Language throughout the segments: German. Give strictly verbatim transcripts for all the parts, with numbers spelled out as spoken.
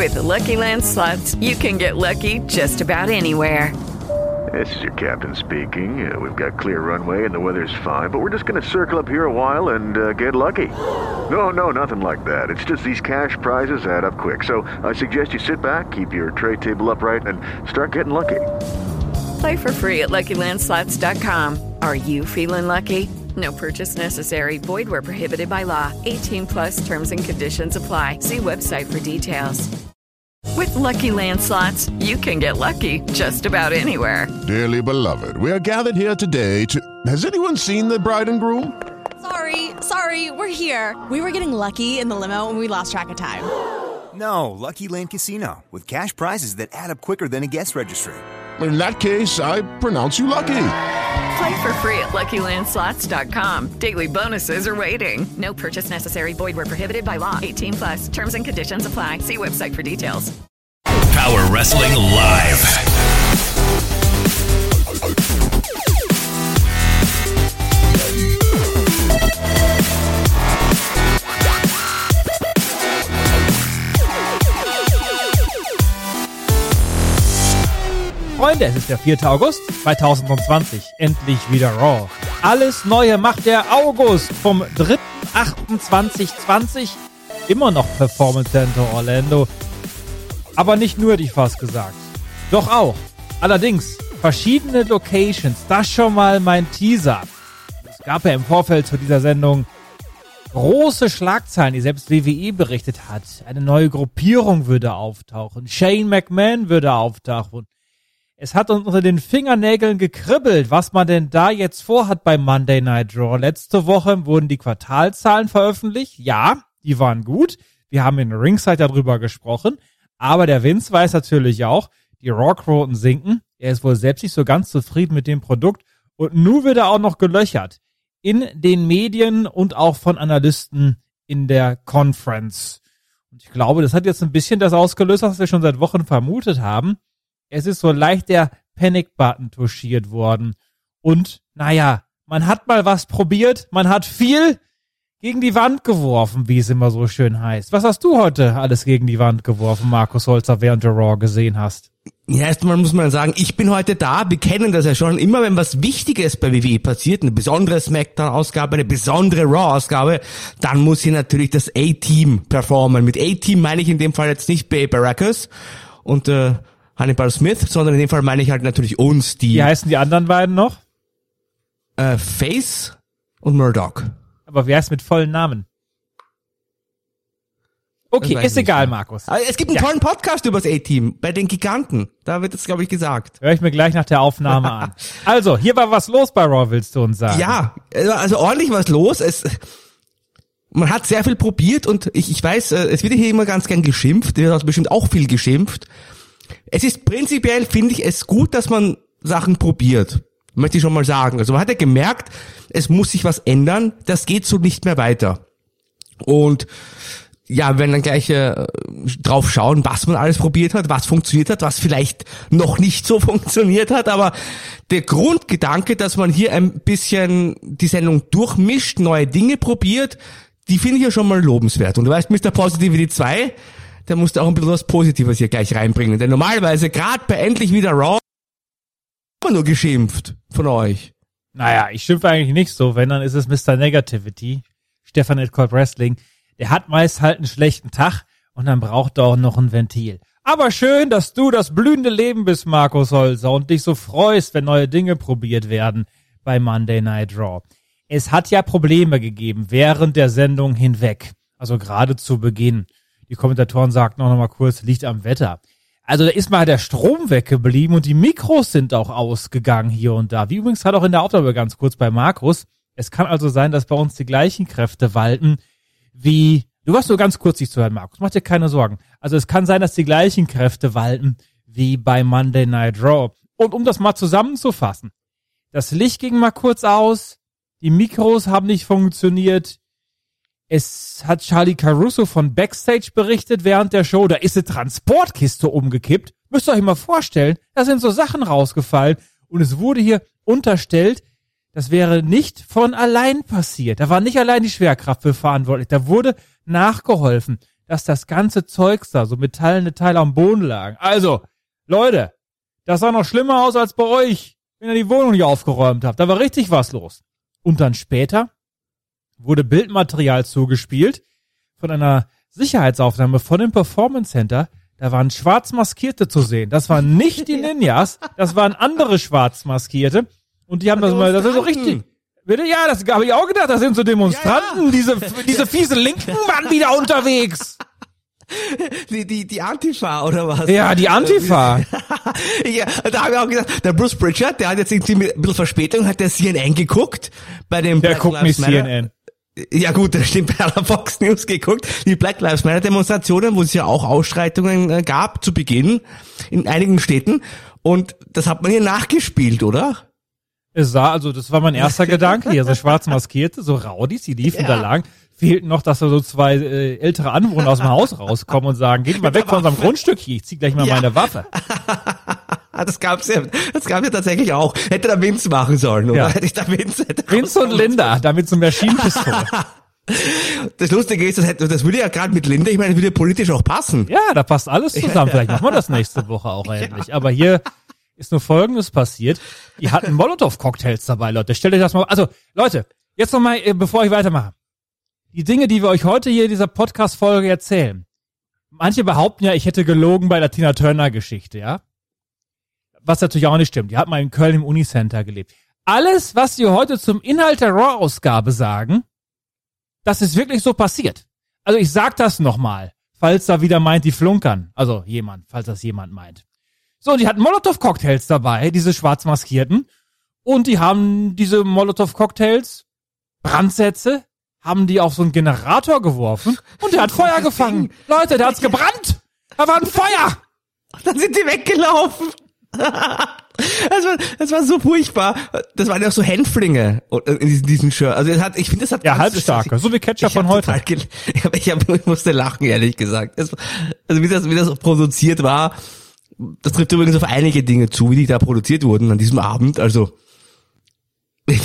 With Lucky Land Slots, you can get lucky just about anywhere. This is your captain speaking. Uh, we've got clear runway and the weather's fine, but we're just going to circle up here a while and uh, get lucky. No, no, nothing like that. It's just these cash prizes add up quick. So I suggest you sit back, keep your tray table upright, and start getting lucky. Play for free at Lucky Land Slots dot com. Are you feeling lucky? No purchase necessary. Void where prohibited by law. eighteen plus terms and conditions apply. See website for details. With Lucky Land Slots, you can get lucky just about anywhere. Dearly beloved, we are gathered here today to... Has anyone seen the bride and groom? Sorry, sorry, we're here. We were getting lucky in the limo and we lost track of time. No, Lucky Land Casino, with cash prizes that add up quicker than a guest registry. In that case, I pronounce you lucky. Play for free at Lucky Land Slots dot com. Daily bonuses are waiting. No purchase necessary. Void where prohibited by law. eighteen plus. Terms and conditions apply. See website for details. Power Wrestling Live. Freunde, es ist der vierte August zweitausendzwanzig. Endlich wieder Raw. Alles Neue macht der August vom dritten achten zweitausendzwanzig. Immer noch Performance Center Orlando. Aber nicht nur, hätte ich fast gesagt. Doch auch. Allerdings verschiedene Locations. Das schon mal mein Teaser. Es gab ja im Vorfeld zu dieser Sendung große Schlagzeilen, die selbst W W E berichtet hat. Eine neue Gruppierung würde auftauchen. Shane McMahon würde auftauchen. Es hat uns unter den Fingernägeln gekribbelt, was man denn da jetzt vorhat bei Monday Night Raw. Letzte Woche wurden die Quartalzahlen veröffentlicht. Ja, die waren gut. Wir haben in Ringside darüber gesprochen. Aber der Vince weiß natürlich auch, die Raw-Quoten sinken. Er ist wohl selbst nicht so ganz zufrieden mit dem Produkt. Und nun wird er auch noch gelöchert. In den Medien und auch von Analysten in der Conference. Und ich glaube, das hat jetzt ein bisschen das ausgelöst, was wir schon seit Wochen vermutet haben. Es ist so leicht der Panic-Button touchiert worden. Und, naja, man hat mal was probiert, man hat viel gegen die Wand geworfen, wie es immer so schön heißt. Was hast du heute alles gegen die Wand geworfen, Markus Holzer, während du Raw gesehen hast? Ja, erstmal muss man sagen, ich bin heute da, wir kennen das ja schon, immer wenn was Wichtiges bei W W E passiert, eine besondere Smackdown-Ausgabe, eine besondere Raw-Ausgabe, dann muss hier natürlich das A-Team performen. Mit A-Team meine ich in dem Fall jetzt nicht Bay Baracus und äh, Hannibal Smith, sondern in dem Fall meine ich halt natürlich uns, die... Wie heißen die anderen beiden noch? Äh, Face und Murdoch. Aber wie heißt mit vollen Namen? Okay, ist egal, mehr. Markus. Aber es gibt einen ja. tollen Podcast über das A-Team, bei den Giganten. Da wird es, glaube ich, gesagt. Hör ich mir gleich nach der Aufnahme an. Also, hier war was los bei Raw, willst du uns sagen? Ja, also ordentlich was los. Es... Man hat sehr viel probiert und ich, ich weiß, es wird hier immer ganz gern geschimpft, es wird bestimmt auch viel geschimpft. Es ist prinzipiell, finde ich, es gut, dass man Sachen probiert. Möchte ich schon mal sagen. Also man hat ja gemerkt, es muss sich was ändern, das geht so nicht mehr weiter. Und ja, wir werden dann gleich äh, drauf schauen, was man alles probiert hat, was funktioniert hat, was vielleicht noch nicht so funktioniert hat, aber der Grundgedanke, dass man hier ein bisschen die Sendung durchmischt, neue Dinge probiert, die finde ich ja schon mal lobenswert. Und du weißt, Mister Positivity zwei, der musste auch ein bisschen was Positives hier gleich reinbringen. Denn normalerweise, gerade bei Endlich wieder Raw, immer nur geschimpft von euch. Naja, ich schimpfe eigentlich nicht so. Wenn, dann ist es Mister Negativity, Stefan at Cold Wrestling. Der hat meist halt einen schlechten Tag und dann braucht er auch noch ein Ventil. Aber schön, dass du das blühende Leben bist, Markus Holzer, und dich so freust, wenn neue Dinge probiert werden bei Monday Night Raw. Es hat ja Probleme gegeben während der Sendung hinweg. Also gerade zu Beginn. Die Kommentatoren sagten auch noch mal kurz, liegt am Wetter. Also da ist mal der Strom weggeblieben und die Mikros sind auch ausgegangen hier und da. Wie übrigens gerade auch in der Aufnahme ganz kurz bei Markus. Es kann also sein, dass bei uns die gleichen Kräfte walten wie... Du warst nur ganz kurz nicht zu hören, Markus. Mach dir keine Sorgen. Also es kann sein, dass die gleichen Kräfte walten wie bei Monday Night Raw. Und um das mal zusammenzufassen. Das Licht ging mal kurz aus. Die Mikros haben nicht funktioniert. Es hat Charlie Caruso von Backstage berichtet während der Show, da ist eine Transportkiste umgekippt. Müsst ihr euch mal vorstellen, da sind so Sachen rausgefallen und es wurde hier unterstellt, das wäre nicht von allein passiert. Da war nicht allein die Schwerkraft für verantwortlich, da wurde nachgeholfen. dass das ganze Zeugs da, so metallene Teile am Boden lagen. Also, Leute, das sah noch schlimmer aus als bei euch, wenn ihr die Wohnung nicht aufgeräumt habt. Da war richtig was los. Und dann später wurde Bildmaterial zugespielt von einer Sicherheitsaufnahme von dem Performance Center. Da waren Schwarzmaskierte zu sehen. Das waren nicht die Ninjas, das waren andere Schwarzmaskierte. Und die haben das mal, das ist so richtig. Bitte? Ja, das habe ich auch gedacht, das sind so Demonstranten. Ja, ja. Diese, diese fiese Linken waren wieder unterwegs. Die, die, die Antifa, oder was? Ja, die Antifa. Ja, da habe ich auch gedacht, der Bruce Pritchard, der hat jetzt irgendwie mit ein bisschen Verspätung, hat der C N N geguckt. Bei dem der Black guckt Lives nicht C N N. Ja gut, das stimmt, bei aller Fox News geguckt. Die Black Lives Matter Demonstrationen, wo es ja auch Ausschreitungen äh, gab, zu Beginn, in einigen Städten. Und das hat man hier nachgespielt, oder? Es sah, also das war mein erster Gedanke hier, so schwarz maskierte, so Rowdies, die liefen Ja. da lang. Fehlten noch, dass da so zwei äh, ältere Anwohner aus dem Haus rauskommen und sagen, geht mal weg von unserem Grundstück hier, ich zieh gleich mal Ja. meine Waffe. Das gab's ja, das gab's ja tatsächlich auch. Hätte da Vince machen sollen, oder? Ja. Hätte ich da Vince, hätte Vince und Linda, damit zum Maschinenpistole. Das Lustige ist, das, hätte, das würde ja gerade mit Linda, ich meine, das würde ja politisch auch passen. Ja, da passt alles zusammen. Vielleicht machen wir das nächste Woche auch endlich. Aber hier ist nur Folgendes passiert. Die hatten Molotow-Cocktails dabei, Leute. Stellt euch das mal, also, Leute, jetzt noch mal, bevor ich weitermache. Die Dinge, die wir euch heute hier in dieser Podcast-Folge erzählen. Manche behaupten ja, ich hätte gelogen bei der Tina Turner-Geschichte, ja? Was natürlich auch nicht stimmt. Die hat mal in Köln im Unicenter gelebt. Alles, was sie heute zum Inhalt der Raw-Ausgabe sagen, das ist wirklich so passiert. Also ich sag das nochmal, falls da wieder meint, die flunkern. Also jemand, falls das jemand meint. So, die hatten Molotow-Cocktails dabei, diese Schwarzmaskierten. Und die haben diese Molotow-Cocktails, Brandsätze, haben die auf so einen Generator geworfen. Und der hat Feuer gefangen. Leute, der hat's gebrannt. Da war ein Feuer. Dann sind die weggelaufen. Das war, das war so furchtbar. Das waren ja auch so Hänflinge in diesen, diesen Shirt. Also es hat, ich finde, das hat Ja, ganz- halbstarke, so wie Ketchup ich von hab heute. total gel- Ich, hab, ich, hab, ich musste lachen, ehrlich gesagt. Es, also wie das, wie das produziert war, das trifft übrigens auf einige Dinge zu, wie die da produziert wurden an diesem Abend. Also ich,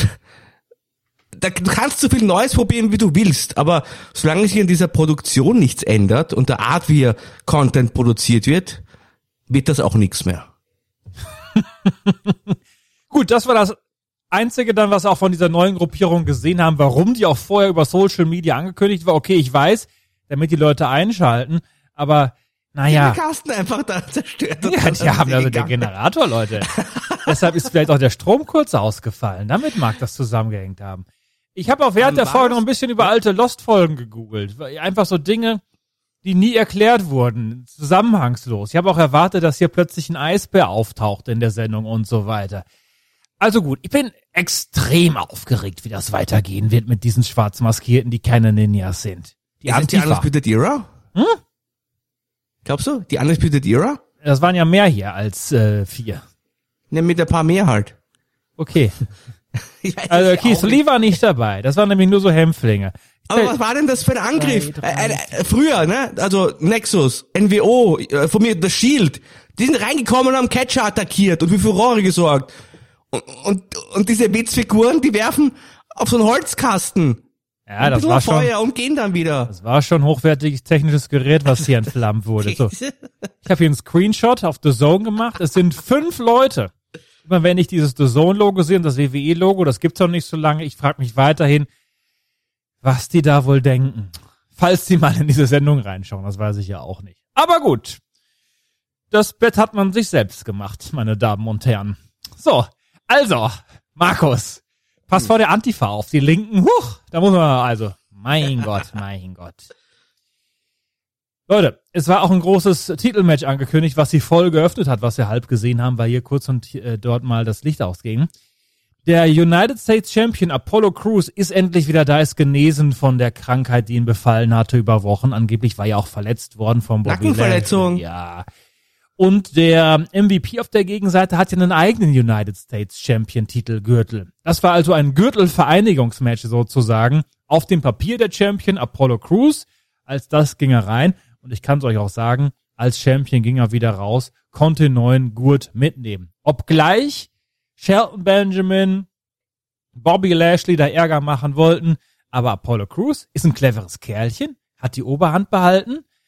da, du kannst so viel Neues probieren, wie du willst, aber solange sich in dieser Produktion nichts ändert und der Art, wie hier Content produziert wird, wird das auch nichts mehr. Gut, das war das Einzige dann, was wir auch von dieser neuen Gruppierung gesehen haben, warum die auch vorher über Social Media angekündigt war. Okay, ich weiß, damit die Leute einschalten, aber naja. Den Kasten einfach da zerstört. und Ja, dann die sind haben sie also den gegangen. Generator, Leute. Deshalb ist vielleicht auch der Strom kurz ausgefallen. Damit mag das zusammengehängt haben. Ich habe auch während Wann der Folge war's? noch ein bisschen über alte Lost-Folgen gegoogelt. Einfach so Dinge, die nie erklärt wurden, zusammenhangslos. Ich habe auch erwartet, dass hier plötzlich ein Eisbär auftaucht in der Sendung und so weiter. Also gut, ich bin extrem aufgeregt, wie das weitergehen wird mit diesen Schwarzmaskierten, die keine Ninjas sind. Die Ist es die Antifa. Undisputed Era? Hm? Glaubst du? Die Undisputed Era? Das waren ja mehr hier als äh, vier. Ne, mit ein paar mehr halt. Okay. Ich weiß Also es ja Keith auch nicht. Lee war nicht dabei. Das waren nämlich nur so Hämpflinge. Aber was war denn das für ein Angriff? Zwei, Äh, drei. äh, früher, ne? Also Nexus, N W O, äh, von mir das Shield. Die sind reingekommen und haben Catcher attackiert und für Furore gesorgt. Und, und, und diese Witzfiguren, die werfen auf so einen Holzkasten. Ja, ein das bisschen war schon, Feuer und gehen dann wieder. das war schon hochwertiges technisches Gerät, was hier entflammt wurde. So. Ich habe hier einen Screenshot auf The Zone gemacht. Es sind fünf Leute. Immer wenn ich dieses The Zone-Logo sehe und das W W E-Logo, das gibt's noch nicht so lange. Ich frage mich weiterhin, was die da wohl denken. Falls die mal in diese Sendung reinschauen, das weiß ich ja auch nicht. Aber gut. Das Bett hat man sich selbst gemacht, meine Damen und Herren. So, also, Markus, pass vor der Antifa auf, die Linken, huch, da muss man, also, mein Gott, mein Gott. Leute, es war auch ein großes Titelmatch angekündigt, was die Folge geöffnet hat, was wir halb gesehen haben, weil hier kurz und äh, dort mal das Licht ausging. Der United States Champion Apollo Crews ist endlich wieder da, ist genesen von der Krankheit, die ihn befallen hatte über Wochen. Angeblich war er auch verletzt worden vom Bobby Nackenverletzung. Lashley. Ja. Und der M V P auf der Gegenseite hat ja einen eigenen United States Champion Titelgürtel. Das war also ein Gürtelvereinigungsmatch sozusagen. Auf dem Papier der Champion Apollo Crews. Als das ging er rein. Und ich kann es euch auch sagen, als Champion ging er wieder raus, konnte den neuen Gurt mitnehmen. Obgleich Shelton Benjamin, Bobby Lashley da Ärger machen wollten, aber Apollo Crews ist ein cleveres Kerlchen, hat die Oberhand behalten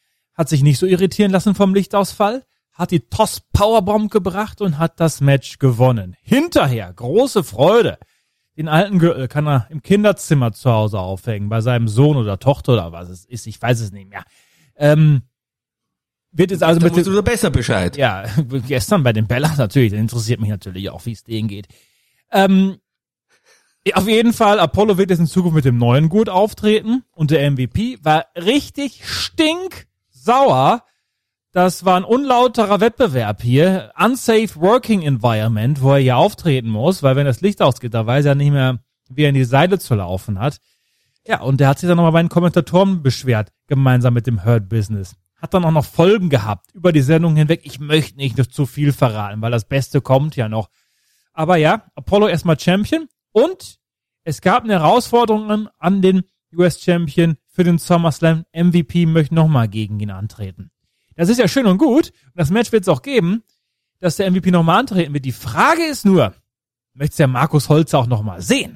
hat sich nicht so irritieren lassen vom Lichtausfall, hat die Toss Powerbomb gebracht und hat das Match gewonnen. Hinterher, große Freude. Den alten Gürtel kann er im Kinderzimmer zu Hause aufhängen, bei seinem Sohn oder Tochter oder was es ist, ich weiß es nicht mehr. Ähm, wird jetzt also da mit musst du besser Bescheid. Ja, gestern bei den Bellas natürlich, das interessiert mich natürlich auch, wie es denen geht. Ähm, auf jeden Fall, Apollo wird jetzt in Zukunft mit dem neuen Gurt auftreten und der M V P war richtig stinksauer. Das war ein unlauterer Wettbewerb hier, Unsafe Working Environment, wo er hier auftreten muss, weil wenn das Licht ausgeht, da weiß er nicht mehr, wie er in die Seile zu laufen hat. Ja, und der hat sich dann nochmal bei den Kommentatoren beschwert, gemeinsam mit dem Hurt Business. Hat dann auch noch Folgen gehabt über die Sendung hinweg. Ich möchte nicht noch zu viel verraten, weil das Beste kommt ja noch. Aber ja, Apollo erstmal Champion und es gab eine Herausforderung an den U S Champion für den SummerSlam. M V P möchte nochmal gegen ihn antreten. Das ist ja schön und gut und das Match wird es auch geben, dass der M V P nochmal antreten wird. Die Frage ist nur, möchte der Markus Holzer auch nochmal sehen?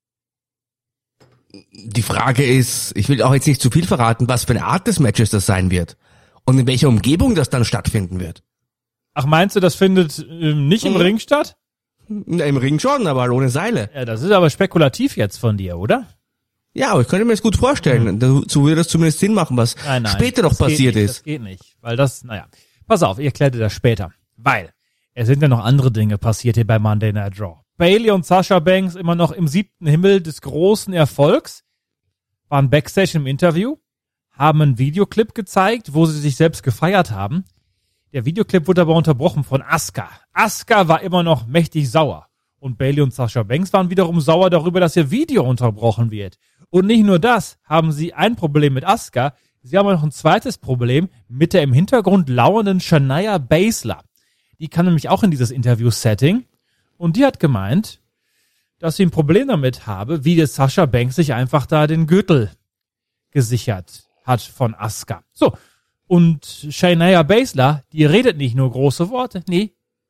Die Frage ist, ich will auch jetzt nicht zu viel verraten, was für eine Art des Matches das sein wird und in welcher Umgebung das dann stattfinden wird. Ach, meinst du, das findet äh, nicht im mhm. Ring statt? Na, im Ring schon, aber ohne Seile. Ja, das ist aber spekulativ jetzt von dir, oder? Ja, aber ich könnte mir das gut vorstellen. Mhm. So würde das zumindest Sinn machen, was nein, nein, später noch passiert nicht, ist. Das geht nicht, weil das, naja. Pass auf, ich erkläre dir das später. Weil, es sind ja noch andere Dinge passiert hier bei Monday Night Raw. Bayley und Sasha Banks immer noch im siebten Himmel des großen Erfolgs, waren Backstage im Interview, haben einen Videoclip gezeigt, wo sie sich selbst gefeiert haben. Der Videoclip wurde aber unterbrochen von Asuka. Asuka war immer noch mächtig sauer. Und Bayley und Sasha Banks waren wiederum sauer darüber, dass ihr Video unterbrochen wird. Und nicht nur das, haben sie ein Problem mit Asuka, sie haben noch ein zweites Problem mit der im Hintergrund lauernden Shania Baszler. Die kam nämlich auch in dieses Interview-Setting und die hat gemeint, dass sie ein Problem damit habe, wie der Sasha Banks sich einfach da den Gürtel gesichert hat von Asuka. So, und Shania Baszler, die redet nicht nur große Worte, nee,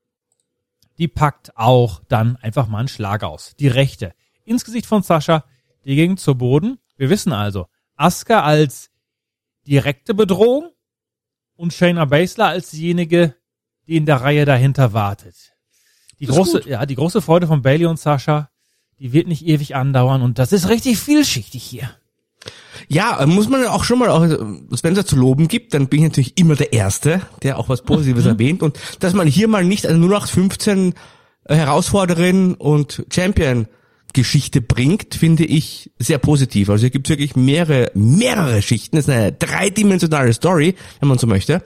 die packt auch dann einfach mal einen Schlag aus. Die rechte ins Gesicht von Sasha, die ging zu Boden. Wir wissen also, Asuka als direkte Bedrohung und Shayna Baszler als diejenige, die in der Reihe dahinter wartet. Die große, ja, die große Freude von Bayley und Sasha, die wird nicht ewig andauern und das ist richtig vielschichtig hier. Ja, muss man auch schon mal, auch, wenn es da zu loben gibt, dann bin ich natürlich immer der Erste, der auch was Positives mhm. erwähnt und dass man hier mal nicht eine null acht fünfzehn Herausforderin und Champion Geschichte bringt, finde ich sehr positiv. Also hier gibt es wirklich mehrere, mehrere Schichten. Das ist eine dreidimensionale Story, wenn man so möchte.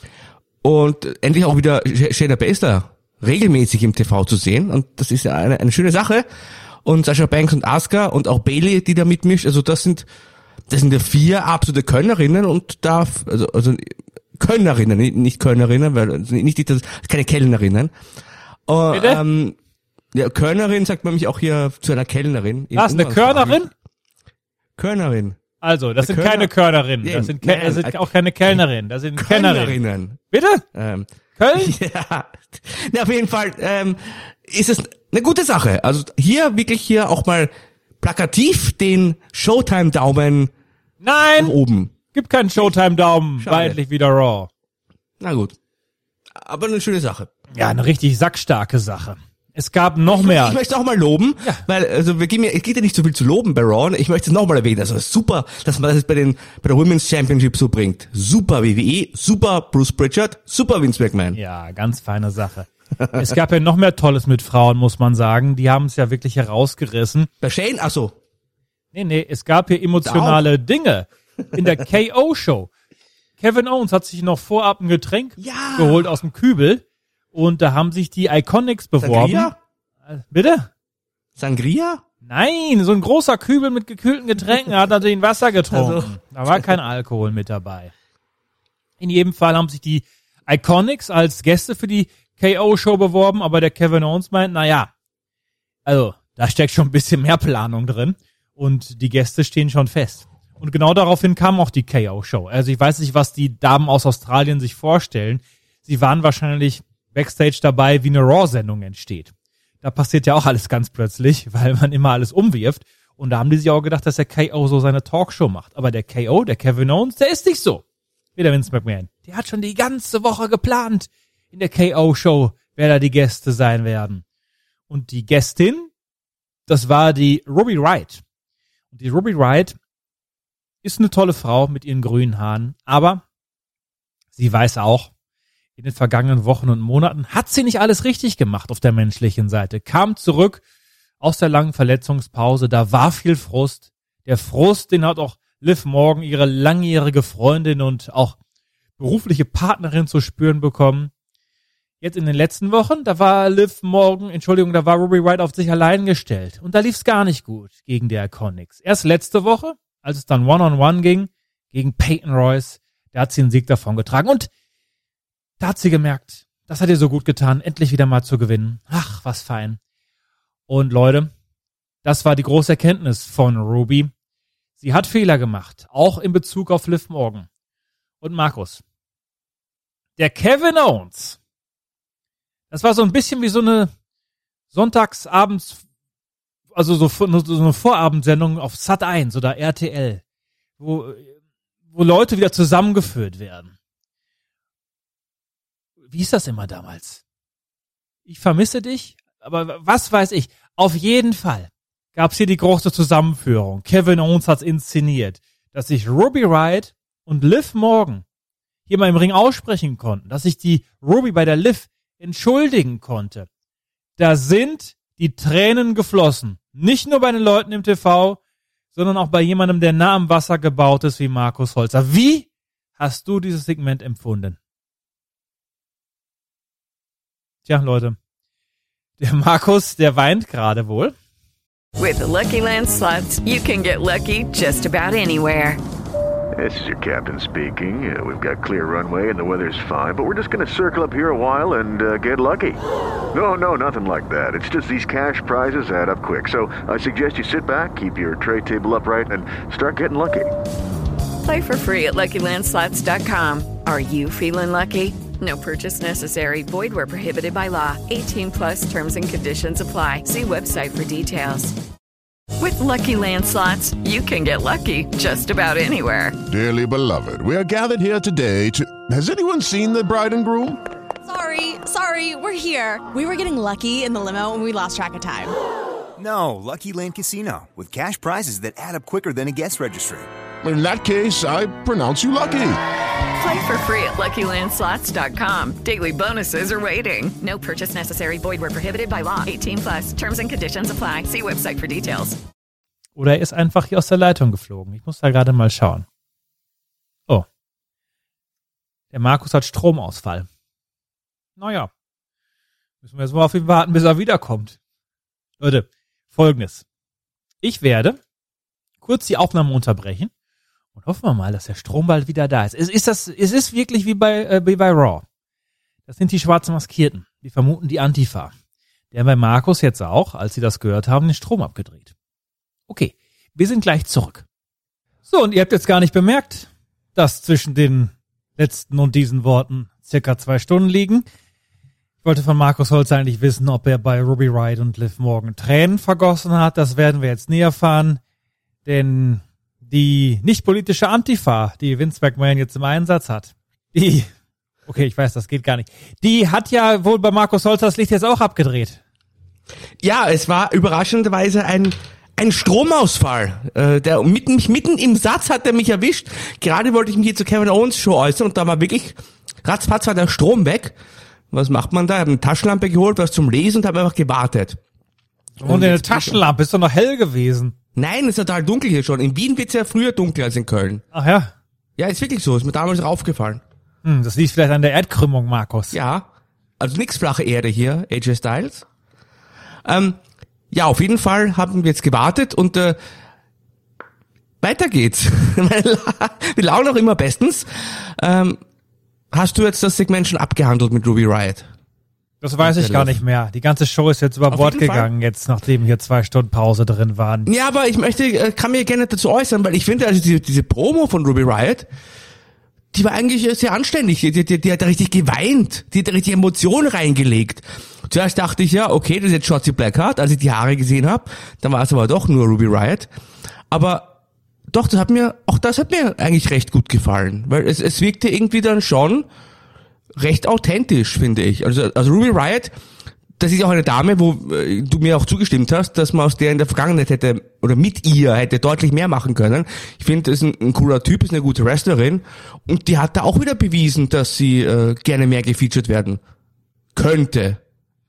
Und endlich auch wieder Shayna Baszler regelmäßig im T V zu sehen. Und das ist ja eine, eine schöne Sache. Und Sasha Banks und Asuka und auch Bayley, die da mitmischt. Also das sind, das sind ja vier absolute Könnerinnen und da, also, also Könnerinnen, nicht Könnerinnen, weil nicht, das, keine Kellnerinnen. Uh, Bitte? Ähm, ja, Körnerin sagt man mich auch hier zu einer Kellnerin. Was, eine Körnerin? Körnerin. Also, das eine sind Körner- keine Körnerinnen, das sind, Ke- das sind auch keine Kellnerinnen, das sind Kennerinnen. Kellnerinnen. Bitte? Ähm, Köln? Ja. Na, auf jeden Fall ähm, ist es eine gute Sache. Also hier wirklich hier auch mal plakativ den Showtime-Daumen Nein! nach oben. Gibt keinen Showtime-Daumen, Schade. war endlich wieder Raw. Na gut. Aber eine schöne Sache. Ja, eine richtig sackstarke Sache. Es gab noch mehr. Ich möchte es auch mal loben, Ja. weil also wir gehen ja, es geht ja nicht so viel zu loben bei Raw. Ich möchte es noch mal erwähnen. Also super, dass man das jetzt bei den bei der Women's Championship so bringt. Super W W E, super Bruce Pritchard, super Vince McMahon. Ja, ganz feine Sache. Es gab ja noch mehr Tolles mit Frauen, muss man sagen. Die haben es ja wirklich herausgerissen. Bei Shane, ach so. Nee, nee, es gab hier emotionale Dinge in der K O-Show. Kevin Owens hat sich noch vorab ein Getränk Ja. geholt aus dem Kübel und da haben sich die Iconics beworben. Sangria? Äh, Bitte? Sangria? Nein, so ein großer Kübel mit gekühlten Getränken, er hat natürlich Wasser getrunken. Also. Da war kein Alkohol mit dabei. In jedem Fall haben sich die Iconics als Gäste für die K O-Show beworben, aber der Kevin Owens meint, naja, also da steckt schon ein bisschen mehr Planung drin und die Gäste stehen schon fest. Und genau daraufhin kam auch die K O-Show. Also ich weiß nicht, was die Damen aus Australien sich vorstellen. Sie waren wahrscheinlich Backstage dabei, wie eine Raw-Sendung entsteht. Da passiert ja auch alles ganz plötzlich, weil man immer alles umwirft. Und da haben die sich auch gedacht, dass der K O so seine Talkshow macht. Aber der K O, der Kevin Owens, der ist nicht so. Wieder Vince McMahon. Der hat schon die ganze Woche geplant in der K O-Show, wer da die Gäste sein werden. Und die Gästin, das war die Ruby Riott. Und die Ruby Riott ist eine tolle Frau mit ihren grünen Haaren, aber sie weiß auch, in den vergangenen Wochen und Monaten hat sie nicht alles richtig gemacht auf der menschlichen Seite. Kam zurück aus der langen Verletzungspause, da war viel Frust. Der Frust, den hat auch Liv Morgan, ihre langjährige Freundin und auch berufliche Partnerin zu spüren bekommen. Jetzt in den letzten Wochen, da war Liv Morgan, Entschuldigung, da war Ruby Riott auf sich allein gestellt. Und da lief's gar nicht gut gegen die Iconics. Erst letzte Woche, als es dann One-on-One ging, gegen Peyton Royce, da hat sie den Sieg davongetragen. Und da hat sie gemerkt, das hat ihr so gut getan, endlich wieder mal zu gewinnen. Ach, was fein. Und Leute, das war die große Erkenntnis von Ruby. Sie hat Fehler gemacht, auch in Bezug auf Liv Morgan. Und Markus, der Kevin Owens, das war so ein bisschen wie so eine Sonntagsabends, also so, so eine Vorabendsendung auf Sat eins oder R T L, wo, wo Leute wieder zusammengeführt werden. Wie ist das immer damals? Ich vermisse dich, aber was weiß ich. Auf jeden Fall gab es hier die große Zusammenführung. Kevin Owens hat's inszeniert, dass sich Ruby Riott und Liv Morgan hier mal im Ring aussprechen konnten, dass sich die Ruby bei der Liv entschuldigen konnte. Da sind die Tränen geflossen. Nicht nur bei den Leuten im T V, sondern auch bei jemandem, der nah am Wasser gebaut ist, wie Markus Holzer. Wie hast du dieses Segment empfunden? Tja, Leute, der Markus, der weint gerade wohl. With the Lucky Land Slots, you can get lucky just about anywhere. This is your captain speaking. Uh, we've got clear runway and the weather's fine, but we're just going to circle up here a while and uh, get lucky. No, no, nothing like that. It's just these cash prizes add up quick. So I suggest you sit back, keep your tray table upright, and start getting lucky. Play for free at Lucky Land Slots dot com. Are you feeling lucky? No purchase necessary. Void where prohibited by law. eighteen plus terms and conditions apply. See website for details. With Lucky Land Slots, you can get lucky just about anywhere. Dearly beloved, we are gathered here today to... Has anyone seen the bride and groom? Sorry, sorry, we're here. We were getting lucky in the limo and we lost track of time. No, Lucky Land Casino, with cash prizes that add up quicker than a guest registry. In that case, I pronounce you lucky. Play for free at Lucky Land Slots dot com. Daily bonuses are waiting. No purchase necessary. Void where prohibited by law. eighteen plus. Terms and conditions apply. See website for details. Oder er ist einfach hier aus der Leitung geflogen. Ich muss da gerade mal schauen. Oh. Der Markus hat Stromausfall. Naja. Müssen wir jetzt mal auf ihn warten, bis er wiederkommt. Leute, Folgendes. Ich werde kurz die Aufnahme unterbrechen. Und hoffen wir mal, dass der Strom bald wieder da ist. Es ist, das, es ist wirklich wie bei, äh, wie bei Raw. Das sind die schwarzen Maskierten. Die vermuten die Antifa. Der haben bei Markus jetzt auch, als sie das gehört haben, den Strom abgedreht. Okay, wir sind gleich zurück. So, und ihr habt jetzt gar nicht bemerkt, dass zwischen den letzten und diesen Worten circa zwei Stunden liegen. Ich wollte von Markus Holzer eigentlich wissen, ob er bei Ruby Riott und Liv Morgan Tränen vergossen hat. Das werden wir jetzt nie erfahren. Denn die nicht politische Antifa, die Vince McMahon jetzt im Einsatz hat, die, okay, ich weiß, das geht gar nicht, die hat ja wohl bei Markus Holzer das Licht jetzt auch abgedreht. Ja, es war überraschenderweise ein ein Stromausfall. Äh, der mitten, mitten im Satz hat er mich erwischt. Gerade wollte ich mich hier zur Kevin Owens Show äußern und da war wirklich ratzfatz war der Strom weg. Was macht man da? Ich habe eine Taschenlampe geholt, was zum Lesen und habe einfach gewartet. Und, und eine Taschenlampe ist doch noch hell gewesen. Nein, es ist total dunkel hier schon. In Wien wird's ja früher dunkel als in Köln. Ach ja? Ja, ist wirklich so. Ist mir damals aufgefallen. Hm, das liegt vielleicht an der Erdkrümmung, Markus. Ja, also nix flache Erde hier, A J Styles. Ähm, ja, auf jeden Fall haben wir jetzt gewartet und äh, weiter geht's. Wir laufen auch immer bestens. Ähm, hast du jetzt das Segment schon abgehandelt mit Ruby Riott? Das weiß ich gar nicht mehr. Die ganze Show ist jetzt über Bord gegangen, jetzt nachdem hier zwei Stunden Pause drin waren. Ja, aber ich möchte, kann mir gerne dazu äußern, weil ich finde, also diese, diese Promo von Ruby Riott, die war eigentlich sehr anständig. Die, die, die hat richtig geweint. Die hat richtig Emotionen reingelegt. Zuerst dachte ich, ja, okay, das ist jetzt Shotzi Blackheart, als ich die Haare gesehen habe. Dann war es aber doch nur Ruby Riott. Aber Doch, das hat mir, auch das hat mir eigentlich recht gut gefallen, weil es, es wirkte irgendwie dann schon recht authentisch, finde ich. Also, also Ruby Riott, das ist auch eine Dame, wo äh, du mir auch zugestimmt hast, dass man aus der in der Vergangenheit hätte, oder mit ihr hätte deutlich mehr machen können. Ich finde, das ist ein, ein cooler Typ, ist eine gute Wrestlerin und die hat da auch wieder bewiesen, dass sie äh, gerne mehr gefeatured werden könnte.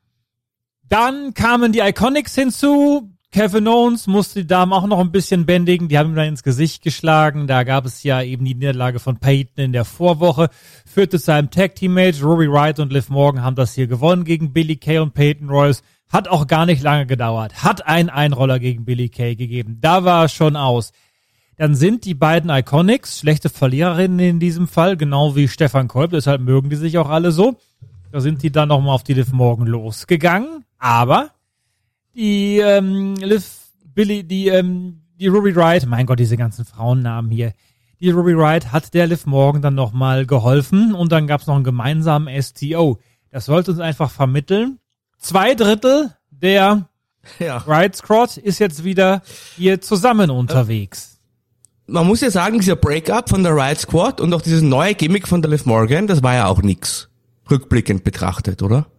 Dann kamen die Iconics hinzu. Kevin Owens musste die Damen auch noch ein bisschen bändigen. Die haben ihm dann ins Gesicht geschlagen. Da gab es ja eben die Niederlage von Peyton in der Vorwoche. Führte zu einem Tag-Team-Match. Ruby Riott und Liv Morgan haben das hier gewonnen gegen Billie Kay und Peyton Royce. Hat auch gar nicht lange gedauert. Hat einen Einroller gegen Billie Kay gegeben. Da war es schon aus. Dann sind die beiden Iconics schlechte Verliererinnen in diesem Fall, genau wie Stefan Kolb. Deshalb mögen die sich auch alle so. Da sind die dann nochmal auf die Liv Morgan losgegangen. Aber die ähm, Liv, Billy, die ähm, die Ruby Riott, mein Gott, diese ganzen Frauennamen hier. Die Ruby Riott hat der Liv Morgan dann nochmal geholfen und dann gab es noch einen gemeinsamen S T O. Das sollte uns einfach vermitteln. Zwei Drittel der Ja. Riott Squad ist jetzt wieder hier zusammen unterwegs. Man muss ja sagen, dieser Breakup von der Riott Squad und auch dieses neue Gimmick von der Liv Morgan, das war ja auch nix, rückblickend betrachtet, oder?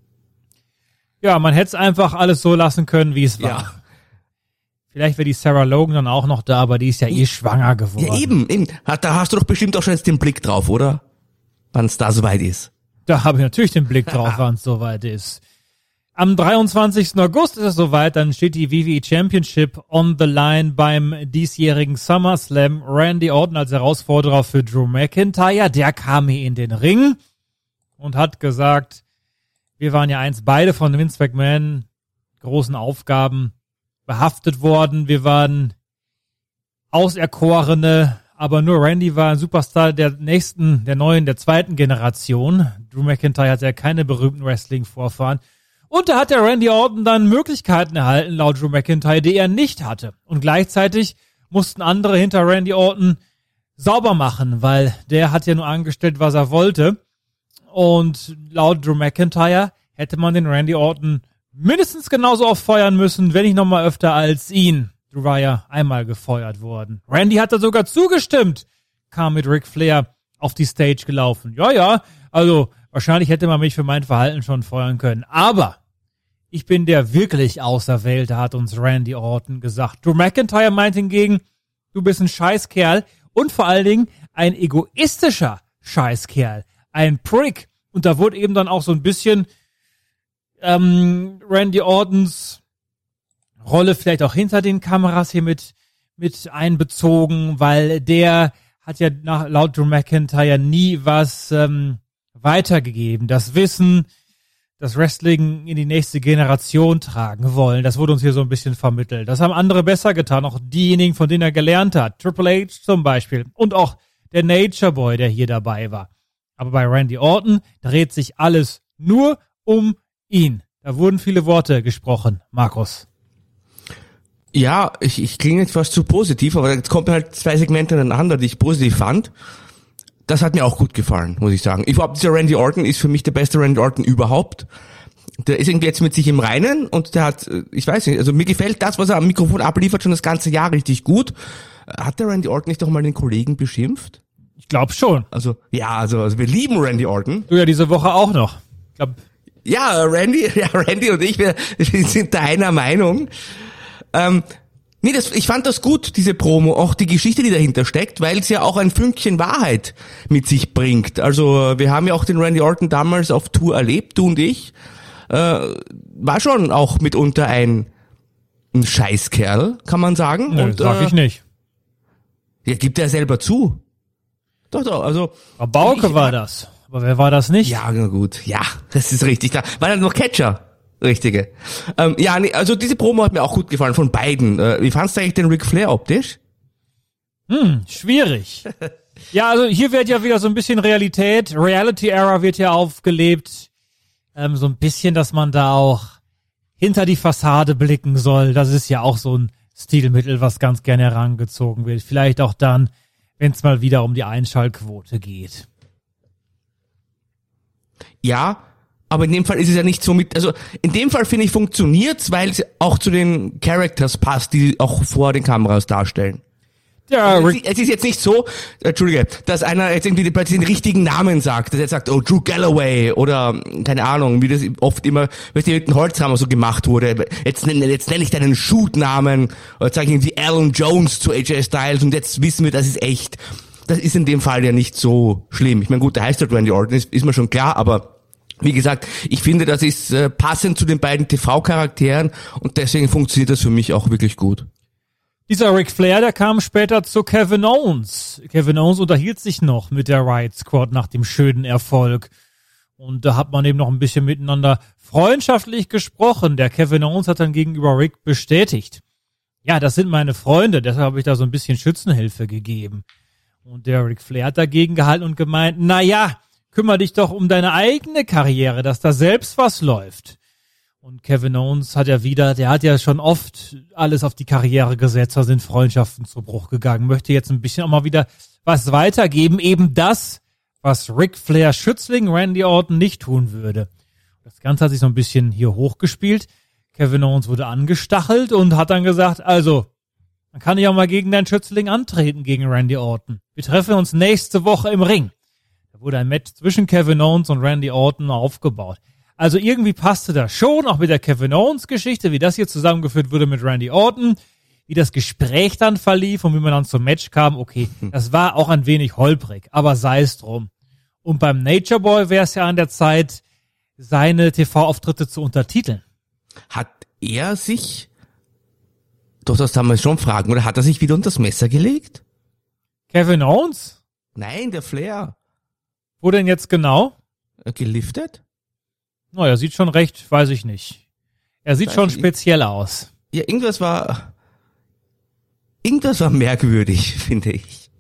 Ja, man hätte es einfach alles so lassen können, wie es war. Ja. Vielleicht wäre die Sarah Logan dann auch noch da, aber die ist ja eh schwanger geworden. Ja, eben, eben. Da hast du doch bestimmt auch schon jetzt den Blick drauf, oder? Wann es da soweit ist. Da habe ich natürlich den Blick drauf, wann es soweit ist. Am dreiundzwanzigsten August ist es soweit, dann steht die W W E Championship on the line beim diesjährigen SummerSlam. Randy Orton als Herausforderer für Drew McIntyre, der kam hier in den Ring und hat gesagt, wir waren ja einst beide von Vince McMahon großen Aufgaben behaftet worden. Wir waren Auserkorene, aber nur Randy war ein Superstar der nächsten, der neuen, der zweiten Generation. Drew McIntyre hat ja keine berühmten Wrestling-Vorfahren. Und da hat der Randy Orton dann Möglichkeiten erhalten, laut Drew McIntyre, die er nicht hatte. Und gleichzeitig mussten andere hinter Randy Orton sauber machen, weil der hat ja nur angestellt, was er wollte. Und laut Drew McIntyre hätte man den Randy Orton mindestens genauso oft feuern müssen, wenn nicht nochmal öfter als ihn. Drew war ja einmal gefeuert worden. Randy hat da sogar zugestimmt, kam mit Ric Flair auf die Stage gelaufen. Ja, ja, also wahrscheinlich hätte man mich für mein Verhalten schon feuern können. Aber ich bin der wirklich Auserwählte, hat uns Randy Orton gesagt. Drew McIntyre meint hingegen, du bist ein Scheißkerl und vor allen Dingen ein egoistischer Scheißkerl. Ein Prick. Und da wurde eben dann auch so ein bisschen ähm, Randy Ortons Rolle vielleicht auch hinter den Kameras hier mit mit einbezogen, weil der hat ja nach, laut Drew McIntyre nie was ähm, weitergegeben. Das Wissen, das Wrestling in die nächste Generation tragen wollen, das wurde uns hier so ein bisschen vermittelt. Das haben andere besser getan, auch diejenigen, von denen er gelernt hat. Triple H zum Beispiel und auch der Nature Boy, der hier dabei war. Aber bei Randy Orton dreht sich alles nur um ihn. Da wurden viele Worte gesprochen, Markus. Ja, ich, ich klinge jetzt fast zu positiv, aber jetzt kommen halt zwei Segmente ineinander, die ich positiv fand. Das hat mir auch gut gefallen, muss ich sagen. Ich glaube, dieser Randy Orton ist für mich der beste Randy Orton überhaupt. Der ist irgendwie jetzt mit sich im Reinen und der hat, ich weiß nicht, also mir gefällt das, was er am Mikrofon abliefert, schon das ganze Jahr richtig gut. Hat der Randy Orton nicht doch mal den Kollegen beschimpft? Ich glaube schon. Also, ja, also, also wir lieben Randy Orton. Du ja diese Woche auch noch. Ich glaub, ja, Randy, ja, Randy und ich, wir, wir sind da einer Meinung. Ähm, nee, das, ich fand das gut, diese Promo, auch die Geschichte, die dahinter steckt, weil es ja auch ein Fünkchen Wahrheit mit sich bringt. Also, wir haben ja auch den Randy Orton damals auf Tour erlebt, du und ich. Äh, war schon auch mitunter ein, ein Scheißkerl, kann man sagen. Nö, und, sag äh, ich nicht. Ja, gibt er selber zu. Doch, doch, also. Aber Bauke ich, war das. Aber wer war das nicht? Ja, na gut. Ja, das ist richtig. Da war dann noch Catcher. Richtige. Ähm, ja, nee, also diese Promo hat mir auch gut gefallen, von beiden. Äh, wie fandst du eigentlich den Ric Flair optisch? Hm, schwierig. Ja, also hier wird ja wieder so ein bisschen Realität. Reality Era wird ja aufgelebt. Ähm, so ein bisschen, dass man da auch hinter die Fassade blicken soll. Das ist ja auch so ein Stilmittel, was ganz gerne herangezogen wird. Vielleicht auch dann, wenn es mal wieder um die Einschaltquote geht. Ja, aber in dem Fall ist es ja nicht so mit, also in dem Fall finde ich funktioniert's, weil es auch zu den Characters passt, die auch vor den Kameras darstellen. Ja, Also Ric- es, es ist jetzt nicht so, Entschuldige, dass einer jetzt irgendwie plötzlich den richtigen Namen sagt, dass er sagt, oh, Drew Galloway oder, keine Ahnung, wie das oft immer, weißt du, mit dem Holzhammer so gemacht wurde. Jetzt, nenn- jetzt nenne ich deinen Shoot-Namen oder sage ich irgendwie Alan Jones zu A J Styles und jetzt wissen wir, das ist echt. Das ist in dem Fall ja nicht so schlimm. Ich meine, gut, der heißt halt Randy Orton, ist, ist mir schon klar, aber wie gesagt, ich finde, das ist äh, passend zu den beiden T V-Charakteren und deswegen funktioniert das für mich auch wirklich gut. Dieser Ric Flair, der kam später zu Kevin Owens. Kevin Owens unterhielt sich noch mit der Riot Squad nach dem schönen Erfolg. Und da hat man eben noch ein bisschen miteinander freundschaftlich gesprochen. Der Kevin Owens hat dann gegenüber Ric bestätigt: Ja, das sind meine Freunde, deshalb habe ich da so ein bisschen Schützenhilfe gegeben. Und der Ric Flair hat dagegen gehalten und gemeint, na ja, kümmere dich doch um deine eigene Karriere, dass da selbst was läuft. Und Kevin Owens hat ja wieder, der hat ja schon oft alles auf die Karriere gesetzt, da sind Freundschaften zu Bruch gegangen, möchte jetzt ein bisschen auch mal wieder was weitergeben, eben das, was Ric Flair Schützling Randy Orton nicht tun würde. Das Ganze hat sich so ein bisschen hier hochgespielt. Kevin Owens wurde angestachelt und hat dann gesagt, also, man kann ja auch mal gegen deinen Schützling antreten, gegen Randy Orton. Wir treffen uns nächste Woche im Ring. Da wurde ein Match zwischen Kevin Owens und Randy Orton aufgebaut. Also irgendwie passte das schon, auch mit der Kevin Owens-Geschichte, wie das hier zusammengeführt wurde mit Randy Orton, wie das Gespräch dann verlief und wie man dann zum Match kam. Okay, das war auch ein wenig holprig, aber sei es drum. Und beim Nature Boy wäre es ja an der Zeit, seine T V-Auftritte zu untertiteln. Hat er sich, doch das haben wir schon fragen, oder hat er sich wieder unter das Messer gelegt? Kevin Owens? Nein, der Flair. Wo denn jetzt genau? Äh, Geliftet? Na, er sieht schon recht, weiß ich nicht. Er sieht Weiß schon ich- speziell aus. Ja, irgendwas war, irgendwas war merkwürdig, finde ich.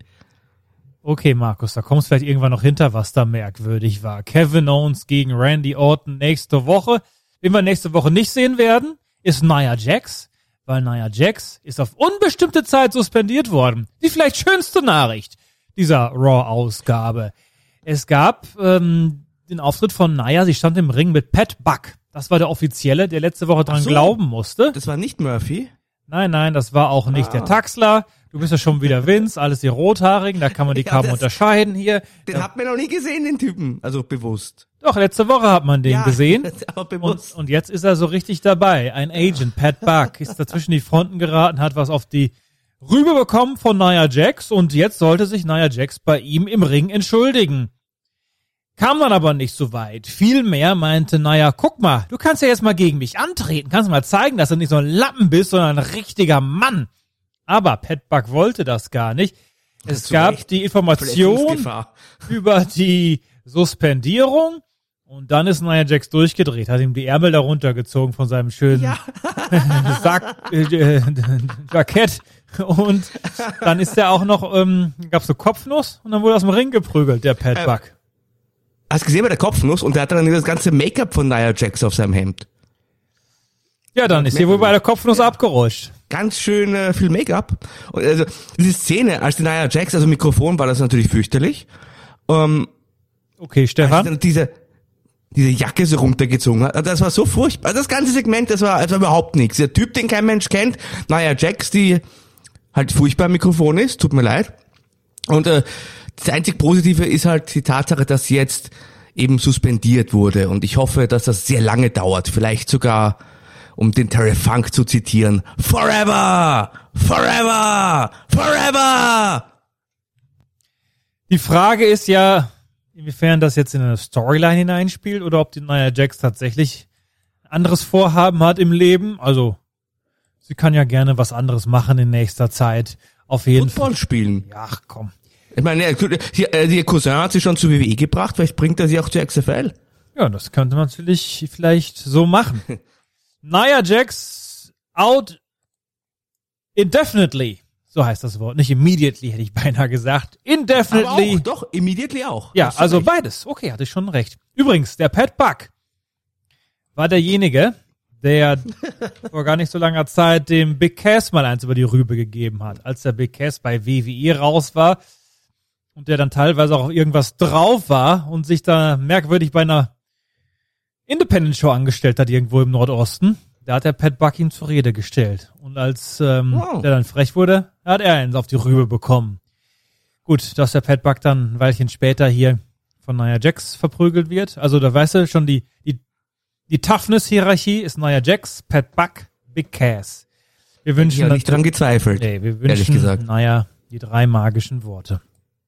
Okay, Markus, da kommst du vielleicht irgendwann noch hinter, was da merkwürdig war. Kevin Owens gegen Randy Orton nächste Woche. Wen wir nächste Woche nicht sehen werden, ist Nia Jax, weil Nia Jax ist auf unbestimmte Zeit suspendiert worden. Die vielleicht schönste Nachricht dieser Raw-Ausgabe. Es gab ähm, den Auftritt von Nia, sie stand im Ring mit Pat Buck. Das war der Offizielle, der letzte Woche dran Ach so. glauben musste. Das war nicht Murphy? Nein, nein, das war auch nicht Ah. der Taxler. Du bist ja schon wieder Vince, alles die Rothaarigen, da kann man die Ja, kaum das- unterscheiden hier. Den Ja, hat man noch nie gesehen, den Typen. Also bewusst. doch, letzte Woche hat man den Ja, gesehen. aber Und, bewusst. und jetzt ist er so richtig dabei. Ein Agent, Pat Buck, ist dazwischen die Fronten geraten, hat was auf die Rübe bekommen von Nia Jax und jetzt sollte sich Nia Jax bei ihm im Ring entschuldigen. Kam dann aber nicht so weit. Vielmehr meinte Nia, guck mal, du kannst ja jetzt mal gegen mich antreten, kannst mal zeigen, dass du nicht so ein Lappen bist, sondern ein richtiger Mann. Aber Pat Buck wollte das gar nicht. Es Zu gab Recht. die Information Verletzungsgefahr. über die Suspendierung und dann ist Nia Jax durchgedreht, hat ihm die Ärmel darunter gezogen von seinem schönen Ja. Sack, äh, äh, Jackett und dann ist er auch noch, ähm, gab's so Kopfnuss und dann wurde er aus dem Ring geprügelt, der Pat Äh, Buck. Hast du gesehen bei der Kopfnuss und der hat dann das ganze Make-up von Nia Jax auf seinem Hemd. Ja, dann ist hier wohl bei der Kopfnuss abgerutscht. Ganz schön äh, viel Make-up. Und also diese Szene, als die Nia Jax, also Mikrofon war das natürlich fürchterlich. Ähm, Okay, als Stefan. dann diese diese Jacke so runtergezogen hat, das war so furchtbar. Das ganze Segment, das war, das war überhaupt nichts. Der Typ, den kein Mensch kennt, Nia Jax, die halt furchtbar am Mikrofon ist, tut mir leid. Und äh, das einzig Positive ist halt die Tatsache, dass sie jetzt eben suspendiert wurde. Und ich hoffe, dass das sehr lange dauert. Vielleicht sogar, um den Terry Funk zu zitieren, Forever! Forever! Forever! Die Frage ist ja, inwiefern das jetzt in eine Storyline hineinspielt oder ob die Nia Jax tatsächlich ein anderes Vorhaben hat im Leben. Also, sie kann ja gerne was anderes machen in nächster Zeit. Auf jeden Fall. Football spielen. Ja, ach komm. Ich meine, ihr Cousin hat sie schon zu W W E gebracht, vielleicht bringt er sie auch zur X F L. Ja, das könnte man natürlich vielleicht so machen. Nia Jax out indefinitely. So heißt das Wort. Nicht immediately, hätte ich beinahe gesagt. Aber Indefinitely. auch, doch, immediately auch. Ja, Hast du also recht. beides. Okay, hatte ich schon recht. Übrigens, der Pat Buck war derjenige, der vor gar nicht so langer Zeit dem Big Cass mal eins über die Rübe gegeben hat. Als der Big Cass bei W W E raus war und der dann teilweise auch auf irgendwas drauf war und sich da merkwürdig bei einer Independent-Show angestellt hat irgendwo im Nordosten. Da hat der Pat Buck ihn zur Rede gestellt. Und als ähm, Wow. der dann frech wurde, hat er eins auf die Rübe bekommen. Gut, dass der Pat Buck dann ein Weilchen später hier von Nia Jax verprügelt wird. Also da weißt du schon, die die, die Toughness-Hierarchie ist Nia Jax, Pat Buck, Big Cass. Wir wünschen Ich habe nicht dran gezweifelt. Nee, wir ehrlich wünschen, gesagt. naja, die drei magischen Worte.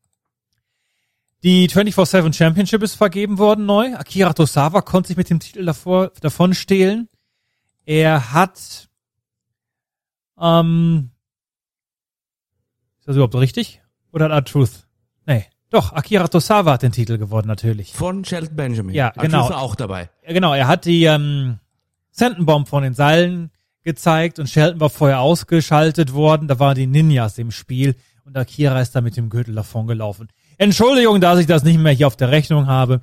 Die vierundzwanzig sieben Championship ist vergeben worden neu. Akira Tosawa konnte sich mit dem Titel davor, davon stehlen. Er hat, ähm, ist das überhaupt richtig? Oder hat R-Truth? Nee, doch, Akira Tosawa hat den Titel gewonnen natürlich. Von Shelton Benjamin. Ja, Arthur genau. war auch dabei. Ja, genau, er hat die ähm, Senton Bomb von den Seilen gezeigt und Shelton war vorher ausgeschaltet worden. Da waren die Ninjas im Spiel und Akira ist da mit dem Gürtel davon gelaufen. Entschuldigung, dass ich das nicht mehr hier auf der Rechnung habe.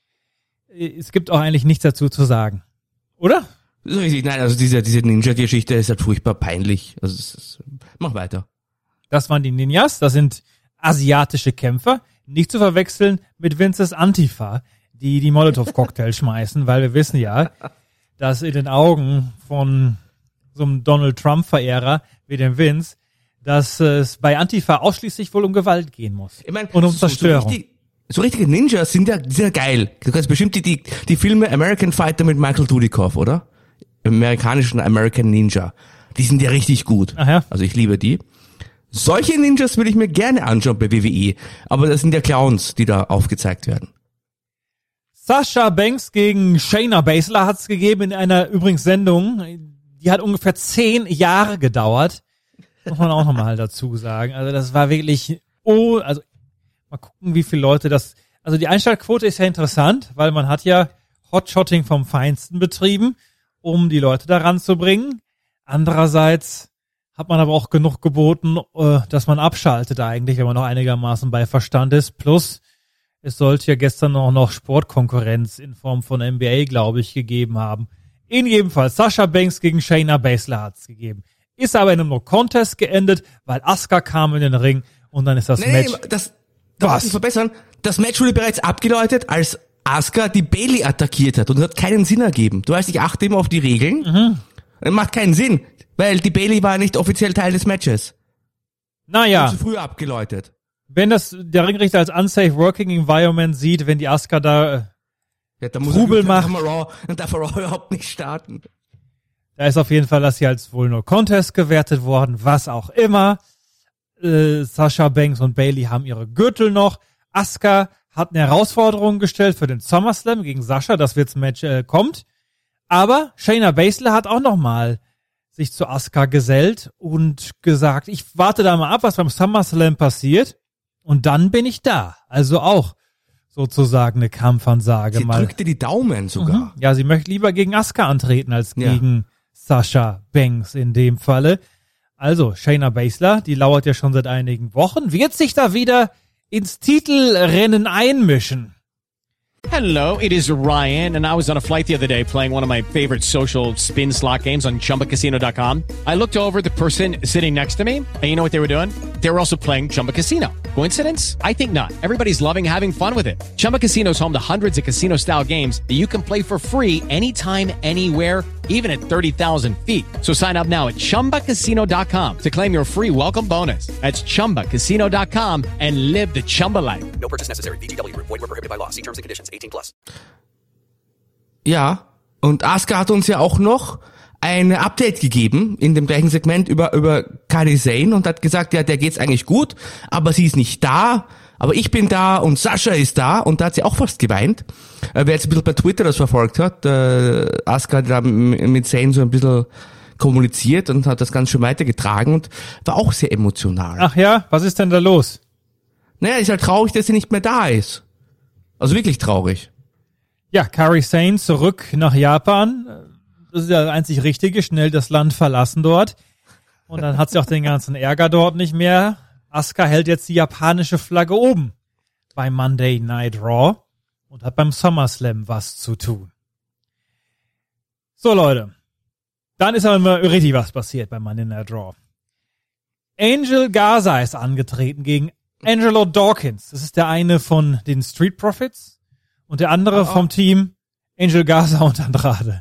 Es gibt auch eigentlich nichts dazu zu sagen. Oder? Das ist richtig. Nein, also diese, diese Ninja-Geschichte ist halt furchtbar peinlich. Also es ist, mach weiter. Das waren die Ninjas. Das sind asiatische Kämpfer. Nicht zu verwechseln mit Vinces Antifa, die die Molotow-Cocktail schmeißen, weil wir wissen ja, dass in den Augen von so einem Donald Trump-Verehrer wie dem Vince, dass es bei Antifa ausschließlich wohl um Gewalt gehen muss. Ich mein, und um so, Zerstörung. So, richtig, so richtige Ninjas sind ja, die sind ja geil. Du kannst bestimmt die, die, die Filme American Fighter mit Michael Dudikoff, oder? Amerikanischen American Ninja. Die sind ja richtig gut. Ach ja. Also ich liebe die. Solche Ninjas würde ich mir gerne anschauen bei W W E. Aber das sind ja Clowns, die da aufgezeigt werden. Sasha Banks gegen Shayna Baszler hat es gegeben in einer übrigens Sendung, die hat ungefähr zehn Jahre gedauert. Muss man auch nochmal dazu sagen. Also das war wirklich, oh, also mal gucken, wie viele Leute das, also die Einschaltquote ist ja interessant, weil man hat ja Hotshotting vom Feinsten betrieben, um die Leute da ranzubringen. Andererseits hat man aber auch genug geboten, dass man abschaltet eigentlich, wenn man noch einigermaßen bei Verstand ist. Plus, es sollte ja gestern auch noch Sportkonkurrenz in Form von N B A, glaube ich, gegeben haben. In jedem Fall, Sasha Banks gegen Shayna Baszler hat es gegeben. Ist aber in einem No-Contest geendet, weil Asuka kam in den Ring und dann ist das nee, Match... Nee, das, das Was? muss ich verbessern. Das Match wurde bereits abgeläutet, als Asuka die Bayley attackiert hat und das hat keinen Sinn ergeben. Du weißt, ich achte immer auf die Regeln. Mhm. Das macht keinen Sinn, weil die Bayley war nicht offiziell Teil des Matches. Naja, Zu früh abgeläutet. wenn das der Ringrichter als Unsafe Working Environment sieht, wenn die Asuka da... äh, Ja, da muss Trubel er, macht. Dann, Raw, dann darf er Raw überhaupt nicht starten. Da ist auf jeden Fall das hier als wohl nur Contest gewertet worden, was auch immer. Äh, Sasha Banks und Bayley haben ihre Gürtel noch. Asuka hat eine Herausforderung gestellt für den SummerSlam gegen Sasha, dass jetzt ein Match äh, kommt. Aber Shayna Baszler hat auch nochmal sich zu Asuka gesellt und gesagt, ich warte da mal ab, was beim SummerSlam passiert. Und dann bin ich da. Also auch sozusagen eine Kampfansage Sie mal. drückte die Daumen sogar. Mhm. Ja, sie möchte lieber gegen Asuka antreten als Ja. gegen Sasha Banks in dem Falle. Also, Shayna Baszler, die lauert ja schon seit einigen Wochen, wird sich da wieder ins Titelrennen einmischen. Hello, it is Ryan, and I was on a flight the other day playing one of my favorite social spin slot games on Chumba Casino dot com. I looked over at the person sitting next to me, and you know what they were doing? They were also playing Chumba Casino. Coincidence? I think not. Everybody's loving having fun with it. Chumba Casino is home to hundreds of casino-style games that you can play for free anytime, anywhere, even at thirty thousand feet. So sign up now at Chumba Casino dot com to claim your free welcome bonus. That's Chumba Casino dot com and live the Chumba life. No purchase necessary. V G W. Void where prohibited by law. See terms and conditions. eighteen plus. Ja, und Asuka hat uns ja auch noch ein Update gegeben in dem gleichen Segment über über Kairi Sane und hat gesagt, ja, der geht's eigentlich gut, aber sie ist nicht da, aber ich bin da und Sascha ist da und da hat sie auch fast geweint. Äh, wer jetzt ein bisschen bei Twitter das verfolgt hat, äh, Asuka hat da mit Sane so ein bisschen kommuniziert und hat das ganz schön weitergetragen und war auch sehr emotional. Ach ja, was ist denn da los? Naja, ist halt traurig, dass sie nicht mehr da ist. Also wirklich traurig. Ja, Kairi Sane zurück nach Japan. Das ist ja das einzig Richtige, schnell das Land verlassen dort. Und dann hat sie auch den ganzen Ärger dort nicht mehr. Asuka hält jetzt die japanische Flagge oben bei Monday Night Raw und hat beim SummerSlam was zu tun. So, Leute. Dann ist aber mal richtig was passiert bei Monday Night Raw. Angel Garza ist angetreten gegen Angelo Dawkins. Das ist der eine von den Street Profits und der andere oh, oh. vom Team Angel Garza und Andrade.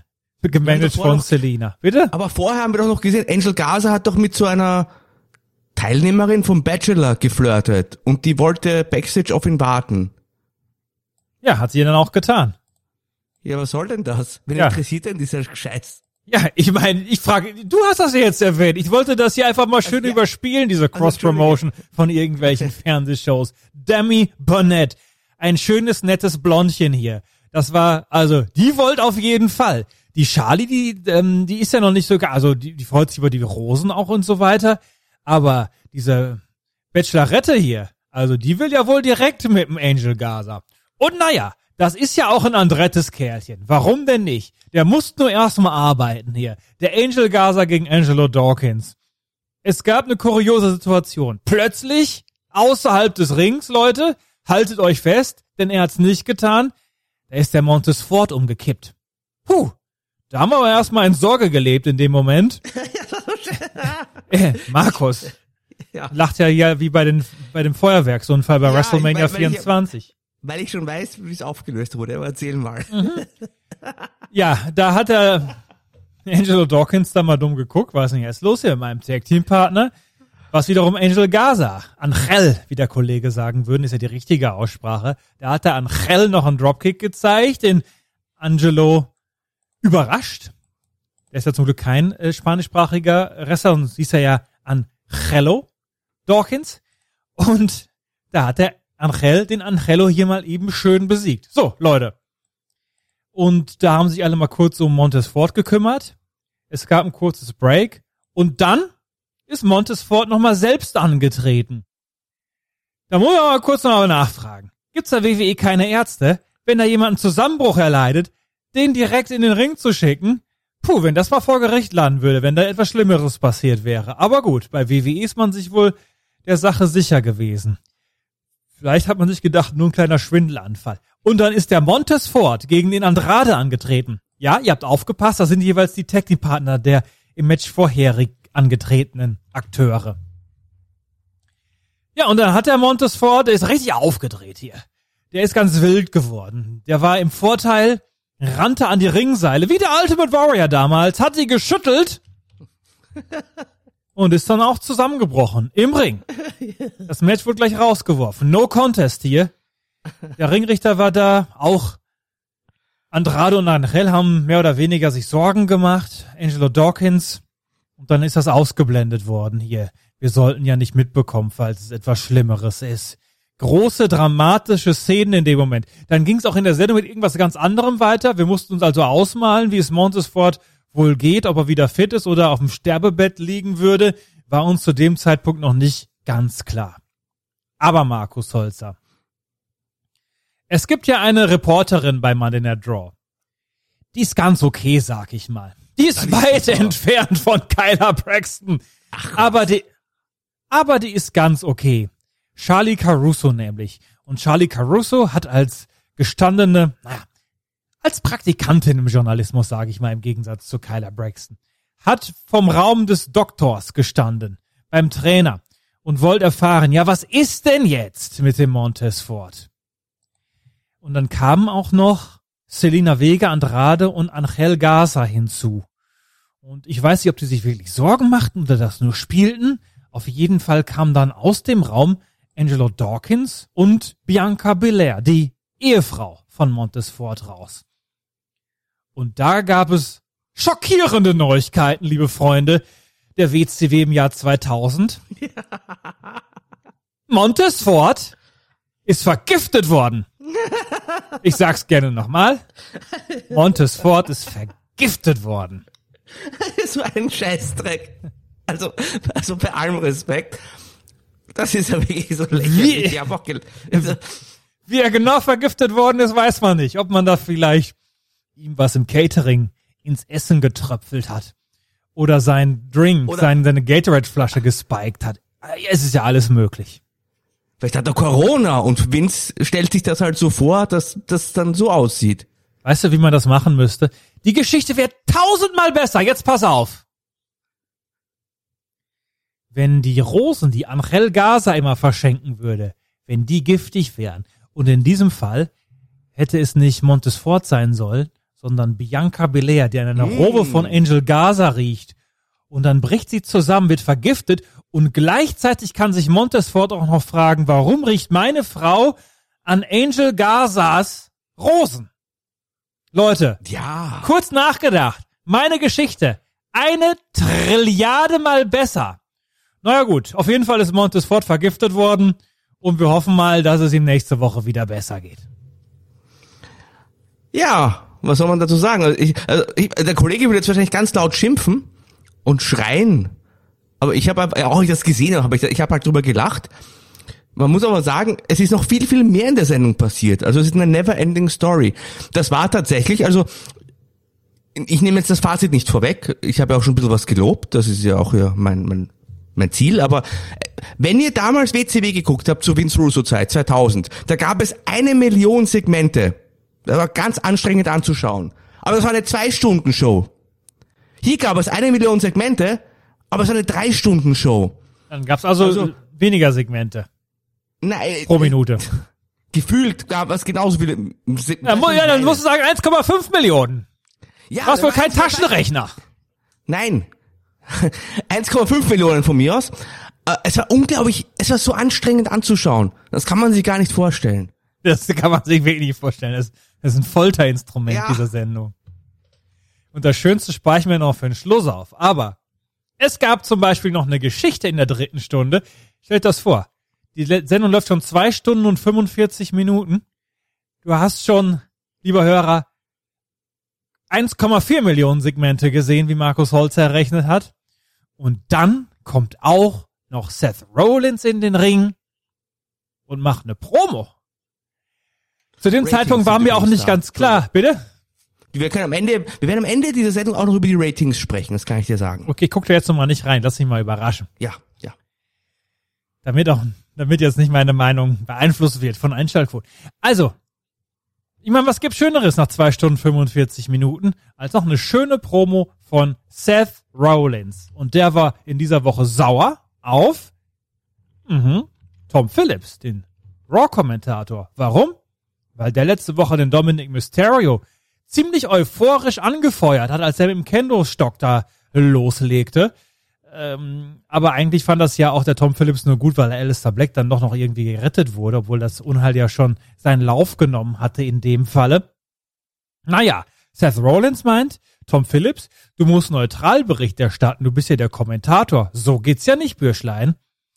gemanagt Ja, von noch, Selina. Bitte? Aber vorher haben wir doch noch gesehen, Angel Gaza hat doch mit so einer Teilnehmerin vom Bachelor geflirtet und die wollte Backstage auf ihn warten. Ja, hat sie dann auch getan. Ja, was soll denn das? Wen Ja. interessiert denn dieser Scheiß? Ja, ich meine, ich frage, du hast das ja jetzt erwähnt. Ich wollte das hier einfach mal schön Also, ja. überspielen, diese Also, Cross-Promotion von irgendwelchen Fernsehshows. Demi Burnett. Ein schönes, nettes Blondchen hier. Das war, also, die wollte auf jeden Fall. Die Charlie, die, ähm, die ist ja noch nicht so, also, die, die freut sich über die Rosen auch und so weiter. Aber diese Bachelorette hier, also, die will ja wohl direkt mit dem Angel Gaza. Und naja, das ist ja auch ein Andrettes Kerlchen. Warum denn nicht? Der muss nur erstmal arbeiten hier. Der Angel Gaza gegen Angelo Dawkins. Es gab eine kuriose Situation. Plötzlich, außerhalb des Rings, Leute, haltet euch fest, denn er hat's nicht getan, da ist der Montez Ford umgekippt. Puh, da haben wir aber erstmal in Sorge gelebt in dem Moment. äh, Markus Ja. lacht ja hier wie bei den bei dem Feuerwerksunfall bei Ja, WrestleMania weil- weil ich- vierundzwanzig. Weil ich schon weiß, wie es aufgelöst wurde, aber erzähl mal. Ja, da hat der Angelo Dawkins da mal dumm geguckt, was ist denn jetzt los hier mit meinem Tag-Team-Partner? Was wiederum Angel Gaza, Angel, wie der Kollege sagen würde, ist ja die richtige Aussprache. Da hat der Angel noch einen Dropkick gezeigt, den Angelo überrascht. Der ist ja zum Glück kein äh, spanischsprachiger Wrestler, und hieß er ja Angelo Dawkins. Und da hat der Angel den Angelo hier mal eben schön besiegt. So, Leute. Und da haben sich alle mal kurz um Montez Ford gekümmert. Es gab ein kurzes Break. Und dann ist Montez Ford nochmal selbst angetreten. Da muss man mal kurz nochmal nachfragen. Gibt's da W W E keine Ärzte, wenn da jemand einen Zusammenbruch erleidet, den direkt in den Ring zu schicken? Puh, wenn das mal vor Gericht landen würde, wenn da etwas Schlimmeres passiert wäre. Aber gut, bei W W E ist man sich wohl der Sache sicher gewesen. Vielleicht hat man sich gedacht, nur ein kleiner Schwindelanfall. Und dann ist der Montez Ford gegen den Andrade angetreten. Ja, ihr habt aufgepasst, das sind jeweils die Tag-Team-Partner der im Match vorherig angetretenen Akteure. Ja, und dann hat der Montez Ford, der ist richtig aufgedreht hier. Der ist ganz wild geworden. Der war im Vorteil, rannte an die Ringseile, wie der Ultimate Warrior damals, hat sie geschüttelt und ist dann auch zusammengebrochen im Ring. Das Match wurde gleich rausgeworfen. No Contest hier. Der Ringrichter war da, auch Andrade und Angel haben mehr oder weniger sich Sorgen gemacht. Angelo Dawkins. Und dann ist das ausgeblendet worden hier. Wir sollten ja nicht mitbekommen, falls es etwas Schlimmeres ist. Große, dramatische Szenen in dem Moment. Dann ging es auch in der Sendung mit irgendwas ganz anderem weiter. Wir mussten uns also ausmalen, wie es Montez Ford wohl geht, ob er wieder fit ist oder auf dem Sterbebett liegen würde, war uns zu dem Zeitpunkt noch nicht ganz klar. Aber Markus Holzer, es gibt ja eine Reporterin bei Monday Night Raw. Die ist ganz okay, sag ich mal. Die ist weit entfernt von Kyla Braxton. Aber die, aber die ist ganz okay. Charlie Caruso nämlich. Und Charlie Caruso hat als gestandene, naja, als Praktikantin im Journalismus, sage ich mal, im Gegensatz zu Kyla Braxton, hat vom Raum des Doktors gestanden, beim Trainer, und wollte erfahren, ja, was ist denn jetzt mit dem Montez Ford? Und dann kamen auch noch Selina Vega, Andrade und Angel Gaza hinzu. Und ich weiß nicht, ob die sich wirklich Sorgen machten oder das nur spielten. Auf jeden Fall kam dann aus dem Raum Angelo Dawkins und Bianca Belair, die Ehefrau von Montez Ford, raus. Und da gab es schockierende Neuigkeiten, liebe Freunde der W C W im Jahr zweitausend. Montez Ford ist vergiftet worden. Ich sag's gerne nochmal. Montez Ford ist vergiftet worden. So ein Scheißdreck. Also, also bei allem Respekt. Das ist ja wirklich so lächerlich. Wie, Ich hab auch gel- also, wie er genau vergiftet worden ist, weiß man nicht. Ob man da vielleicht ihm was im Catering ins Essen getröpfelt hat. Oder sein Drink, Oder- sein, seine Gatorade-Flasche gespiked hat. Es ist ja alles möglich. vielleicht hat er Corona und Vince stellt sich das halt so vor, dass das dann so aussieht. Weißt du, wie man das machen müsste? Die Geschichte wäre tausendmal besser. Jetzt pass auf. Wenn die Rosen, die Angel Gaza immer verschenken würde, wenn die giftig wären, und in diesem Fall hätte es nicht Montez Ford sein sollen, sondern Bianca Belair, die an einer mm. Robe von Angel Garza riecht. Und dann bricht sie zusammen, wird vergiftet und gleichzeitig kann sich Montez-Ford auch noch fragen, warum riecht meine Frau an Angel Garzas Rosen? Leute, ja. kurz nachgedacht, meine Geschichte, eine Trilliarde mal besser. Naja gut, auf jeden Fall ist Montez-Ford vergiftet worden und wir hoffen mal, dass es ihm nächste Woche wieder besser geht. Ja, was soll man dazu sagen? Also ich, also ich, der Kollege will jetzt wahrscheinlich ganz laut schimpfen und schreien, aber ich habe auch ich das gesehen, habe ich, ich habe halt drüber gelacht. Man muss aber sagen, es ist noch viel, viel mehr in der Sendung passiert. Also es ist eine never-ending Story. Das war tatsächlich, also ich nehme jetzt das Fazit nicht vorweg. Ich habe ja auch schon ein bisschen was gelobt. Das ist ja auch ja mein, mein, mein Ziel. Aber wenn ihr damals W C W geguckt habt, zur Vince Russo-Zeit, zweitausend, da gab es eine Million Segmente. Das war ganz anstrengend anzuschauen. Aber das war eine Zwei-Stunden-Show. Hier gab es eine Million Segmente, aber es war eine Drei-Stunden-Show. Dann gab es also, also weniger Segmente. Nein, pro Minute. Gefühlt gab es genauso viele. Ja, ja, dann musst du sagen eins Komma fünf Millionen. Ja, du hast wohl keinen Taschenrechner. Nein. eins Komma fünf Millionen von mir aus. Es war unglaublich, es war so anstrengend anzuschauen. Das kann man sich gar nicht vorstellen. Das kann man sich wirklich nicht vorstellen. Das, das ist ein Folterinstrument, ja. Dieser Sendung. Und das Schönste spare ich mir noch für den Schluss auf. Aber es gab zum Beispiel noch eine Geschichte in der dritten Stunde. Stellt das vor. Die Sendung läuft schon zwei Stunden und fünfundvierzig Minuten. Du hast schon, lieber Hörer, eins Komma vier Millionen Segmente gesehen, wie Markus Holzer errechnet hat. Und dann kommt auch noch Seth Rollins in den Ring und macht eine Promo. Zu dem Ratings Zeitpunkt war mir auch nicht ganz klar. Bitte? Wir können am Ende, wir werden am Ende dieser Sendung auch noch über die Ratings sprechen, das kann ich dir sagen. Okay, guck dir jetzt noch mal nicht rein, lass mich mal überraschen. Ja, ja. Damit auch, damit jetzt nicht meine Meinung beeinflusst wird von Einschaltquoten. Also, ich meine, was gibt Schöneres nach zwei Stunden fünfundvierzig Minuten als noch eine schöne Promo von Seth Rollins. Und der war in dieser Woche sauer auf mh, Tom Phillips, den Raw-Kommentator. Warum? Weil der letzte Woche den Dominic Mysterio ziemlich euphorisch angefeuert hat, als er mit dem Kendo-Stock da loslegte. Ähm, aber eigentlich fand das ja auch der Tom Phillips nur gut, weil Aleister Black dann doch noch irgendwie gerettet wurde, obwohl das Unheil ja schon seinen Lauf genommen hatte in dem Falle. Naja, Seth Rollins meint, Tom Phillips, du musst neutral Bericht erstatten, du bist ja der Kommentator. So geht's ja nicht, Bürschlein.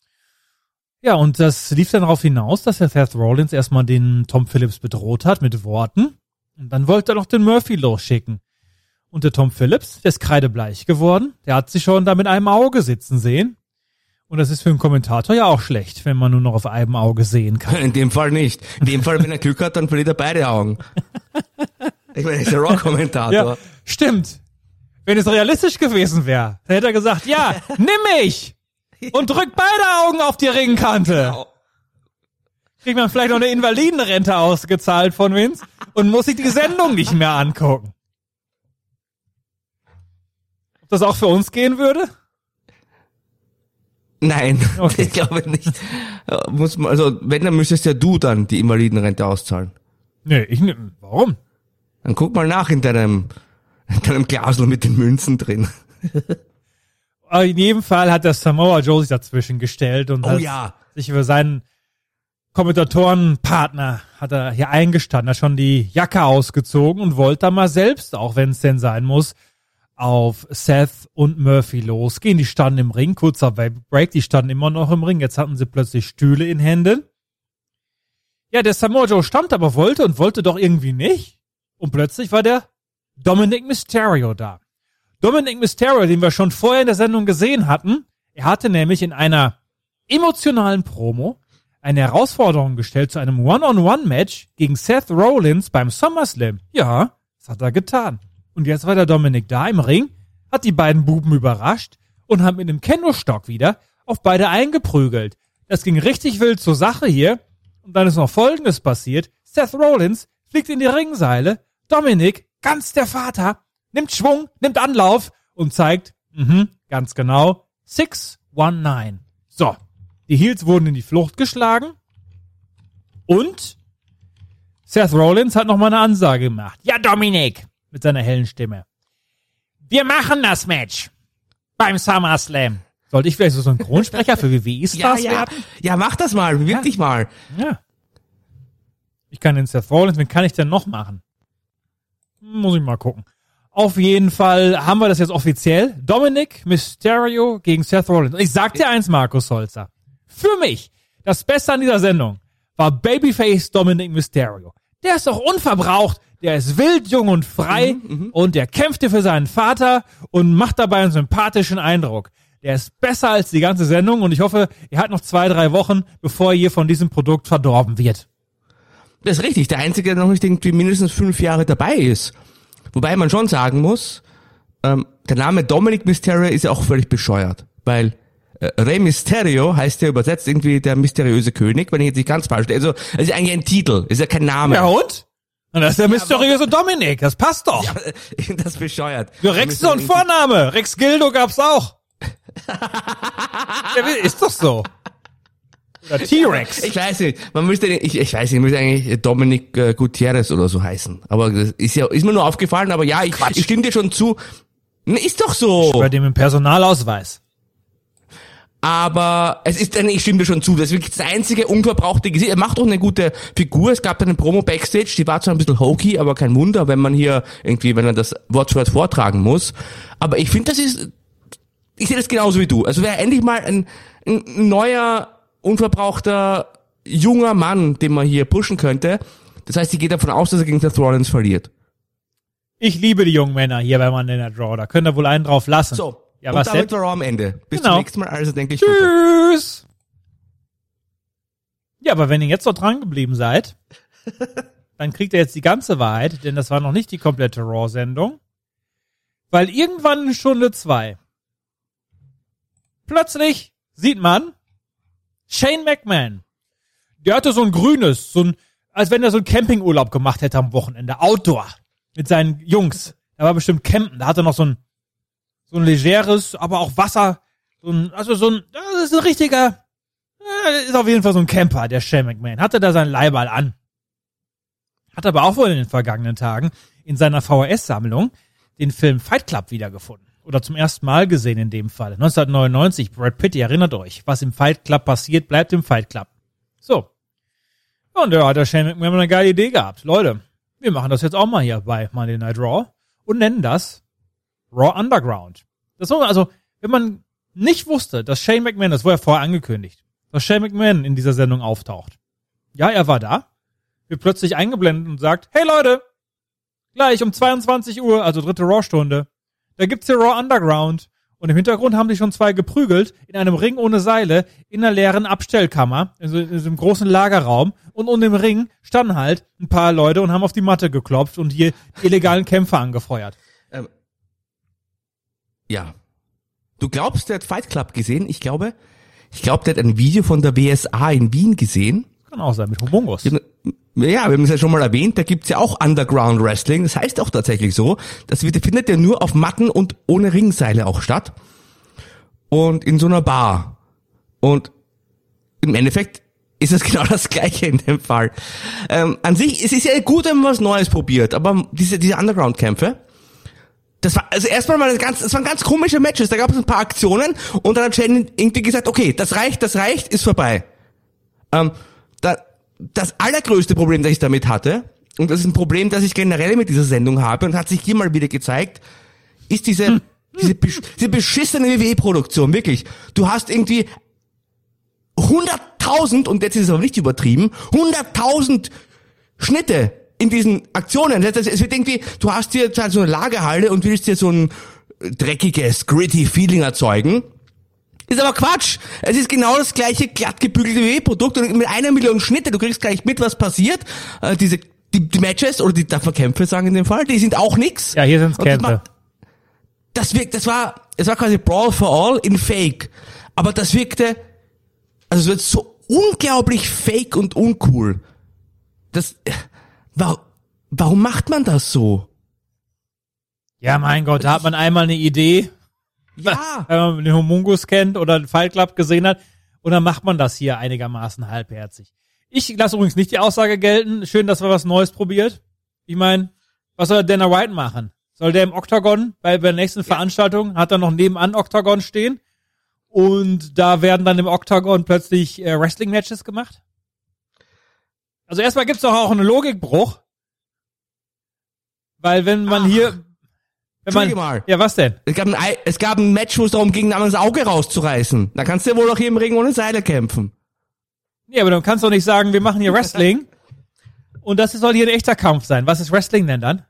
Ja, und das lief dann darauf hinaus, dass der Seth Rollins erstmal den Tom Phillips bedroht hat mit Worten. Und dann wollte er noch den Murphy losschicken. Und der Tom Phillips, der ist kreidebleich geworden. Der hat sich schon da mit einem Auge sitzen sehen. Und das ist für einen Kommentator ja auch schlecht, wenn man nur noch auf einem Auge sehen kann. In dem Fall nicht. In dem Fall, wenn er Glück hat, dann verliert er beide Augen. Ich meine, er ist der Raw-Kommentator. Ja, stimmt. Wenn es realistisch gewesen wäre, dann hätte er gesagt, ja, nimm mich! Und drück beide Augen auf die Ringkante. Genau. Kriegt man vielleicht noch eine Invalidenrente ausgezahlt von Vince und muss sich die Sendung nicht mehr angucken. Ob das auch für uns gehen würde? Nein, okay. Ich glaube nicht. Muss man, also wenn, dann müsstest ja du dann die Invalidenrente auszahlen. Nee, ich nicht. Warum? Dann guck mal nach in deinem, in deinem Glasl mit den Münzen drin. In jedem Fall hat der Samoa Joe sich dazwischen gestellt und oh, hat ja. sich über seinen Kommentatorenpartner hat er hier eingestanden, hat schon die Jacke ausgezogen und wollte da mal selbst, auch wenn es denn sein muss, auf Seth und Murphy losgehen. Die standen im Ring, kurzer Break, die standen immer noch im Ring, jetzt hatten sie plötzlich Stühle in Händen. Ja, der Samoa Joe stand aber wollte und wollte doch irgendwie nicht. Und plötzlich war der Dominic Mysterio da. Dominic Mysterio, den wir schon vorher in der Sendung gesehen hatten, er hatte nämlich in einer emotionalen Promo eine Herausforderung gestellt zu einem One-on-One-Match gegen Seth Rollins beim SummerSlam. Ja, das hat er getan. Und jetzt war der Dominic da im Ring, hat die beiden Buben überrascht und hat mit einem Kendo-Stock wieder auf beide eingeprügelt. Das ging richtig wild zur Sache hier. Und dann ist noch Folgendes passiert. Seth Rollins fliegt in die Ringseile. Dominic, ganz der Vater, nimmt Schwung, nimmt Anlauf und zeigt, mhm, ganz genau, six one nine. So, die Heels wurden in die Flucht geschlagen und Seth Rollins hat nochmal eine Ansage gemacht. Ja, Dominic, mit seiner hellen Stimme. Wir machen das Match beim SummerSlam. Sollte ich vielleicht so Synchronsprecher für W W E-Stars ja, ja. werden? Ja, mach das mal, bewirb Ja. dich mal. Ja. Ich kann den Seth Rollins, wen kann ich denn noch machen? Muss ich mal gucken. Auf jeden Fall haben wir das jetzt offiziell. Dominic Mysterio gegen Seth Rollins. Und ich sag dir eins, Markus Holzer. Für mich, das Beste an dieser Sendung war Babyface Dominic Mysterio. Der ist doch unverbraucht. Der ist wild, jung und frei. Mhm, und der kämpfte für seinen Vater und macht dabei einen sympathischen Eindruck. Der ist besser als die ganze Sendung und ich hoffe, er hat noch zwei, drei Wochen, bevor er hier von diesem Produkt verdorben wird. Das ist richtig. Der Einzige, der noch nicht irgendwie mindestens fünf Jahre dabei ist. Wobei man schon sagen muss, ähm, der Name Dominic Mysterio ist ja auch völlig bescheuert. Weil äh, Rey Mysterio heißt ja übersetzt irgendwie der mysteriöse König, wenn ich jetzt nicht ganz falsch. Also, das ist ja eigentlich ein Titel, ist ja kein Name. Ja und? Und das ist der ja, mysteriöse Dominik, das passt doch. Ja, das ist bescheuert. Ja, Rex ist doch ein Vorname. Rex Gildo gab's auch. Ja, ist doch so. Oder T-Rex. Ich weiß nicht, man müsste, ich, ich weiß nicht, müsste eigentlich Dominic äh, Gutierrez oder so heißen. Aber das ist ja, ist mir nur aufgefallen, aber ja, ich, ich stimme dir schon zu. Ist doch so. Bei dem im Personalausweis. Aber es ist, ich stimme dir schon zu, das ist wirklich das einzige unverbrauchte Gesicht. Er macht auch eine gute Figur. Es gab da eine Promo Backstage, die war zwar ein bisschen hokey, aber kein Wunder, wenn man hier irgendwie, wenn er das Wort für Wort vortragen muss. Aber ich finde, das ist, ich sehe das genauso wie du. Also wäre endlich mal ein, ein neuer, unverbrauchter, junger Mann, den man hier pushen könnte. Das heißt, ich gehe davon aus, dass er gegen Seth Rollins verliert. Ich liebe die jungen Männer hier bei Monday Night Raw. Da könnt ihr wohl einen drauf lassen. So. Ja, und was damit denn? war Raw am Ende. Bis Genau. zum nächsten Mal, also denke ich. Tschüss. Ja, aber wenn ihr jetzt noch dran geblieben seid, dann kriegt ihr jetzt die ganze Wahrheit, denn das war noch nicht die komplette Raw-Sendung. Weil irgendwann in Stunde zwei plötzlich sieht man Shane McMahon. Der hatte so ein grünes, so ein, als wenn er so einen Campingurlaub gemacht hätte am Wochenende. Outdoor. Mit seinen Jungs. Er war bestimmt campen. Da hatte er noch so ein So ein legeres, aber auch Wasser. So ein, also so ein, das ist ein richtiger, äh, ist auf jeden Fall so ein Camper, der Shane McMahon. Hatte da sein Leihball an. Hat aber auch wohl in den vergangenen Tagen in seiner V H S-Sammlung den Film Fight Club wiedergefunden. Oder zum ersten Mal gesehen in dem Fall. neunzehnhundertneunundneunzig, Brad Pitt, ihr erinnert euch. Was im Fight Club passiert, bleibt im Fight Club. So. Und da hat der Shane McMahon eine geile Idee gehabt. Leute, wir machen das jetzt auch mal hier bei Monday Night Raw und nennen das Raw Underground. Das war also, wenn man nicht wusste, dass Shane McMahon, das wurde ja vorher angekündigt, dass Shane McMahon in dieser Sendung auftaucht. Ja, er war da, wird plötzlich eingeblendet und sagt, hey Leute, gleich um zweiundzwanzig Uhr, also dritte Raw-Stunde, da gibt's hier Raw Underground. Und im Hintergrund haben sich schon zwei geprügelt, in einem Ring ohne Seile, in einer leeren Abstellkammer, in so, in so einem großen Lagerraum. Und um den Ring standen halt ein paar Leute und haben auf die Matte geklopft und hier illegalen Kämpfer angefeuert. Ähm, ja. Du glaubst, der hat Fight Club gesehen? Ich glaube, ich glaube, der hat ein Video von der W S A in Wien gesehen. Kann auch sein, mit Humongous. Ja, wir haben es ja schon mal erwähnt, da gibt's ja auch Underground Wrestling. Das heißt auch tatsächlich so. Das wird, findet ja nur auf Matten und ohne Ringseile auch statt. Und in so einer Bar. Und im Endeffekt ist es genau das Gleiche in dem Fall. Ähm, an sich, es ist ja gut, wenn man was Neues probiert, aber diese, diese Underground-Kämpfe, das war, also erstmal mal ganz, das waren ganz komische Matches. Da gab es ein paar Aktionen und dann hat Shane irgendwie gesagt, okay, das reicht, das reicht, ist vorbei. Ähm, da, das allergrößte Problem, das ich damit hatte, und das ist ein Problem, das ich generell mit dieser Sendung habe, und hat sich hier mal wieder gezeigt, ist diese, hm. diese, besch- diese beschissene W W E-Produktion, wirklich. Du hast irgendwie hunderttausend, und jetzt ist es aber nicht übertrieben, hunderttausend Schnitte in diesen Aktionen. Es wird irgendwie, du hast hier so eine Lagerhalle und willst dir so ein dreckiges, gritty Feeling erzeugen. Ist aber Quatsch. Es ist genau das gleiche glatt gebügelte W W E-Produkt und mit einer Million Schnitte. Du kriegst gar nicht mit, was passiert. Äh, diese die, die Matches oder die darf man Kämpfe sagen in dem Fall, die sind auch nix. Ja, hier sind's Kämpfe. Das, wirkt, das war, es war quasi Brawl for All in Fake. Aber das wirkte, also es wird so unglaublich fake und uncool. Das, warum, warum macht man das so? Ja, mein Gott, da hat man einmal eine Idee. Ja. Wenn man den Humongous kennt oder den Fight Club gesehen hat. Und dann macht man das hier einigermaßen halbherzig. Ich lasse übrigens nicht die Aussage gelten. Schön, dass wir was Neues probiert. Ich meine, Was soll Dana White machen? Soll der im Octagon bei der nächsten Veranstaltung, hat er noch nebenan Octagon stehen und da werden dann im Octagon plötzlich äh, Wrestling-Matches gemacht? Also erstmal gibt's doch auch einen Logikbruch, weil wenn man Ach. hier... Wenn man, mal. Ja, was denn? Es gab, ein, es gab ein Match, wo es darum ging, ein Auge rauszureißen. Da kannst du ja wohl auch hier im Ring ohne Seile kämpfen. Nee, aber dann kannst du doch nicht sagen, wir machen hier Wrestling und das soll hier ein echter Kampf sein. Was ist Wrestling denn dann?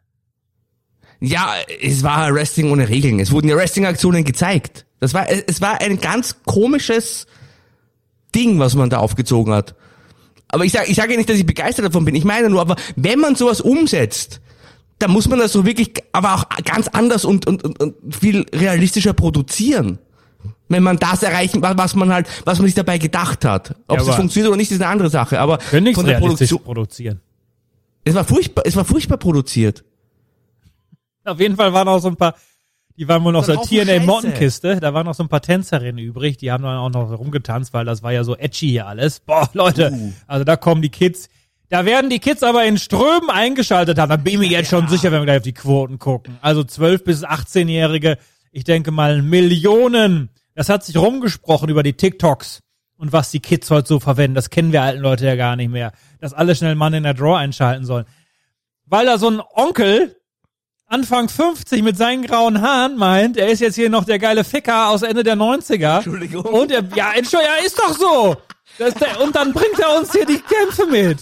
Ja, es war Wrestling ohne Regeln. Es wurden ja Wrestling-Aktionen gezeigt. Das war, es war ein ganz komisches Ding, was man da aufgezogen hat. Aber ich sage ich sag ja nicht, dass ich begeistert davon bin. Ich meine nur, aber wenn man sowas umsetzt, dann muss man das so wirklich, aber auch ganz anders und, und, und, und viel realistischer produzieren. Wenn man das erreichen, was man halt, was man sich dabei gedacht hat. Ob ja, es funktioniert oder nicht, ist eine andere Sache. Aber können nichts realistisch produzieren. Es war furchtbar, es war furchtbar produziert. Auf jeden Fall waren auch so ein paar, die waren wohl noch so T N A-Mottenkiste, da waren noch so ein paar Tänzerinnen übrig, die haben dann auch noch rumgetanzt, weil das war ja so edgy hier alles. Boah, Leute, uh. also da kommen die Kids, da werden die Kids aber in Strömen eingeschaltet haben, da bin ich mir jetzt schon sicher, wenn wir gleich auf die Quoten gucken. Also zwölf bis achtzehnjährige, ich denke mal Millionen, das hat sich rumgesprochen über die TikToks und was die Kids heute so verwenden, das kennen wir alten Leute ja gar nicht mehr, dass alle schnell Mann in der Draw einschalten sollen. Weil da so ein Onkel Anfang fünfzig mit seinen grauen Haaren meint, er ist jetzt hier noch der geile Ficker aus Ende der neunziger. Entschuldigung. Und er, ja, Entschuldigung, ja, ist doch so. Das der, und dann bringt er uns hier die Kämpfe mit.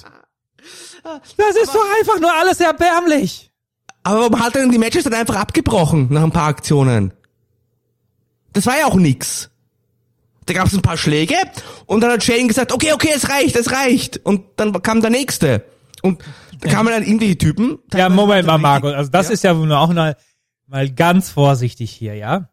Das ist aber, doch einfach nur alles erbärmlich. Aber warum hat er denn die Matches dann einfach abgebrochen nach ein paar Aktionen? Das war ja auch nix. Da gab es ein paar Schläge und dann hat Shane gesagt, okay, okay, es reicht, es reicht. Und dann kam der nächste. Und da kamen dann irgendwelche Typen. Ja, Moment mal, Markus. Also das ja. ist ja nur auch mal, mal ganz vorsichtig hier, ja.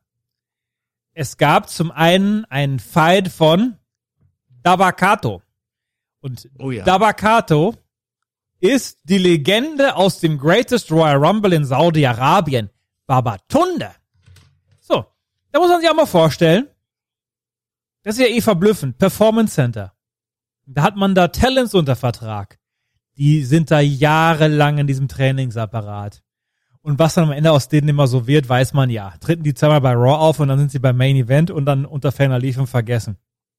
Es gab zum einen einen Fight von Dabba-Kato. Und oh ja. Dabba-Kato ist die Legende aus dem Greatest Royal Rumble in Saudi-Arabien. Babatunde. So, da muss man sich auch mal vorstellen. Das ist ja eh verblüffend. Performance Center. Da hat man da Talents unter Vertrag. Die sind da jahrelang in diesem Trainingsapparat. Und was dann am Ende aus denen immer so wird, weiß man ja. Treten die zweimal bei Raw auf und dann sind sie beim Main Event und dann unter ferner Liefen vergessen.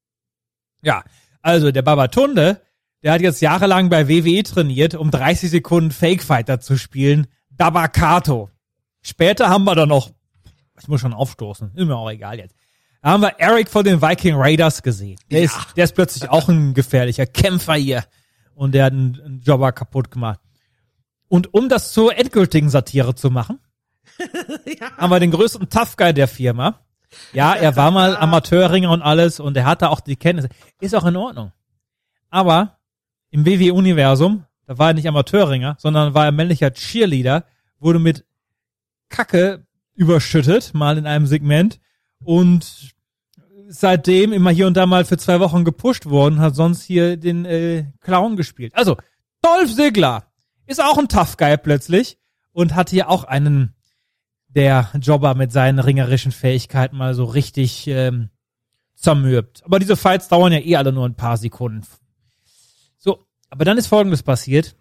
Ja, also der Babatunde, der hat jetzt jahrelang bei W W E trainiert, um dreißig Sekunden Fake Fighter zu spielen. Dabba-Kato. Später haben wir dann noch, ich muss schon aufstoßen, ist mir auch egal jetzt. Da haben wir Eric von den Viking Raiders gesehen. Der, ja. ist, der ist plötzlich auch ein gefährlicher Kämpfer hier. Und der hat einen, einen Jobber kaputt gemacht. Und um das zur endgültigen Satire zu machen, ja. haben wir den größten Tough Guy der Firma. Ja, er war mal Amateurringer und alles und er hatte auch die Kenntnisse. Ist auch in Ordnung. Aber im W W E-Universum, da war er nicht Amateurringer, sondern war er männlicher Cheerleader, wurde mit Kacke überschüttet, mal in einem Segment und seitdem immer hier und da mal für zwei Wochen gepusht worden, hat sonst hier den äh, Clown gespielt. Also, Dolph Ziggler ist auch ein Tough Guy plötzlich und hat hier auch einen der Jobber mit seinen ringerischen Fähigkeiten mal so richtig ähm, zermürbt. Aber diese Fights dauern ja eh alle nur ein paar Sekunden. So, aber dann ist Folgendes passiert.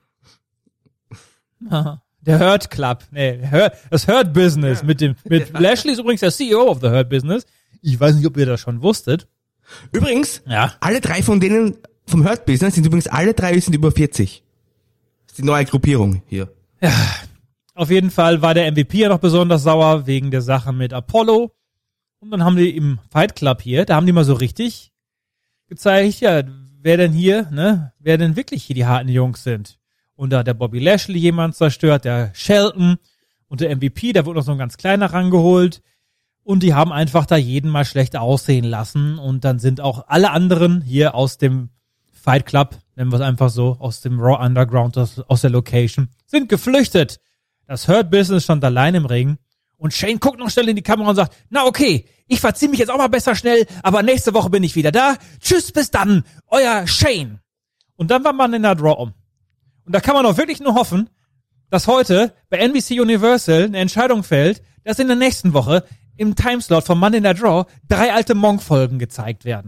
Der Hurt Club, nee, das Hurt Business mit dem mit ja. Lashley ist übrigens der C E O of the Hurt Business. Ich weiß nicht, ob ihr das schon wusstet. Übrigens, ja. alle drei von denen vom Hurt Business sind übrigens alle drei sind über vierzig. Das ist die neue Gruppierung hier. Ja, auf jeden Fall war der M V P ja noch besonders sauer wegen der Sache mit Apollo. Und dann haben die im Fight Club hier, da haben die mal so richtig gezeigt, ja, wer denn hier, ne, wer denn wirklich hier die harten Jungs sind. Und da hat der Bobby Lashley jemand zerstört, der Shelton und der M V P, da wurde noch so ein ganz kleiner rangeholt. Und die haben einfach da jeden mal schlecht aussehen lassen. Und dann sind auch alle anderen hier aus dem Fight Club, nennen wir es einfach so, aus dem Raw Underground, aus, aus der Location, sind geflüchtet. Das Hurt Business stand allein im Ring. Und Shane guckt noch schnell in die Kamera und sagt, na okay, ich verziehe mich jetzt auch mal besser schnell, aber nächste Woche bin ich wieder da. Tschüss, bis dann, euer Shane. Und dann war man in der Draw um. Und da kann man auch wirklich nur hoffen, dass heute bei N B C Universal eine Entscheidung fällt, dass in der nächsten Woche im Timeslot von Monday in der Draw drei alte Monk-Folgen gezeigt werden.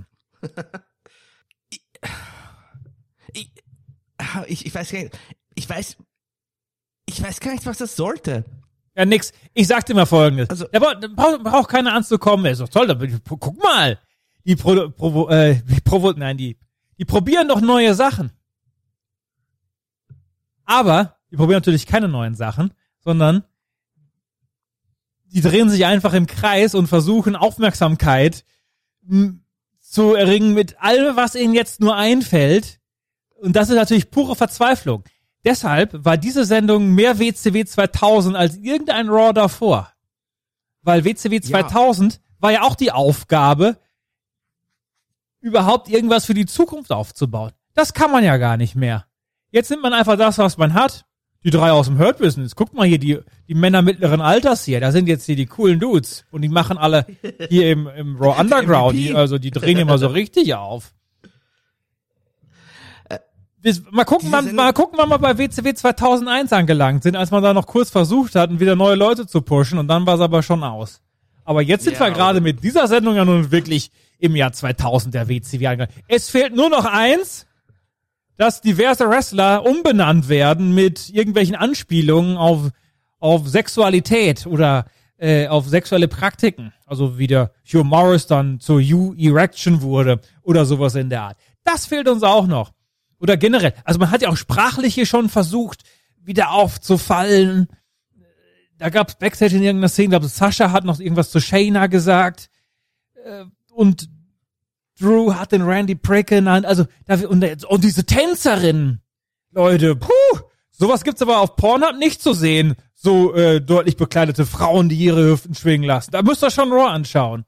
ich, ich, ich weiß gar nicht, ich weiß, ich weiß gar nicht, was das sollte. Ja, nix. Ich sag dir mal Folgendes. Also, der braucht, braucht keiner anzukommen. Er ist doch toll. Guck mal. Die Pro, Pro, äh, die Provo, nein, die, die probieren doch neue Sachen. Aber die probieren natürlich keine neuen Sachen, sondern die drehen sich einfach im Kreis und versuchen Aufmerksamkeit m, zu erringen mit allem, was ihnen jetzt nur einfällt. Und das ist natürlich pure Verzweiflung. Deshalb war diese Sendung mehr W C W zweitausend als irgendein Raw davor. Weil W C W zweitausend ja. war ja auch die Aufgabe, überhaupt irgendwas für die Zukunft aufzubauen. Das kann man ja gar nicht mehr. Jetzt nimmt man einfach das, was man hat. Die drei aus dem Hurt Business. Guckt mal hier, die die Männer mittleren Alters hier. Da sind jetzt hier die coolen Dudes. Und die machen alle hier im, im Raw Underground. Die, also die drehen immer so richtig auf. Mal gucken, mal, mal gucken, wann wir bei W C W zweitausendeins angelangt sind, als man da noch kurz versucht hat, wieder neue Leute zu pushen, und dann war es aber schon aus. Aber jetzt sind ja, wir gerade mit dieser Sendung ja nun wirklich im Jahr zweitausend der W C W angelangt. Es fehlt nur noch eins, dass diverse Wrestler umbenannt werden mit irgendwelchen Anspielungen auf auf Sexualität oder äh, auf sexuelle Praktiken. Also wie der Hugh Morris dann zur Hugh Erection wurde oder sowas in der Art. Das fehlt uns auch noch. Oder generell, also man hat ja auch sprachlich hier schon versucht, wieder aufzufallen. Da gab es Backstage in irgendeiner Szene, glaube Sascha hat noch irgendwas zu Shayna gesagt. Und Drew hat den Randy Prick genannt. Also, und, und diese Tänzerin, Leute, puh, sowas gibt's aber auf Pornhub nicht zu sehen. So äh, deutlich bekleidete Frauen, die ihre Hüften schwingen lassen. Da müsst ihr schon Raw anschauen.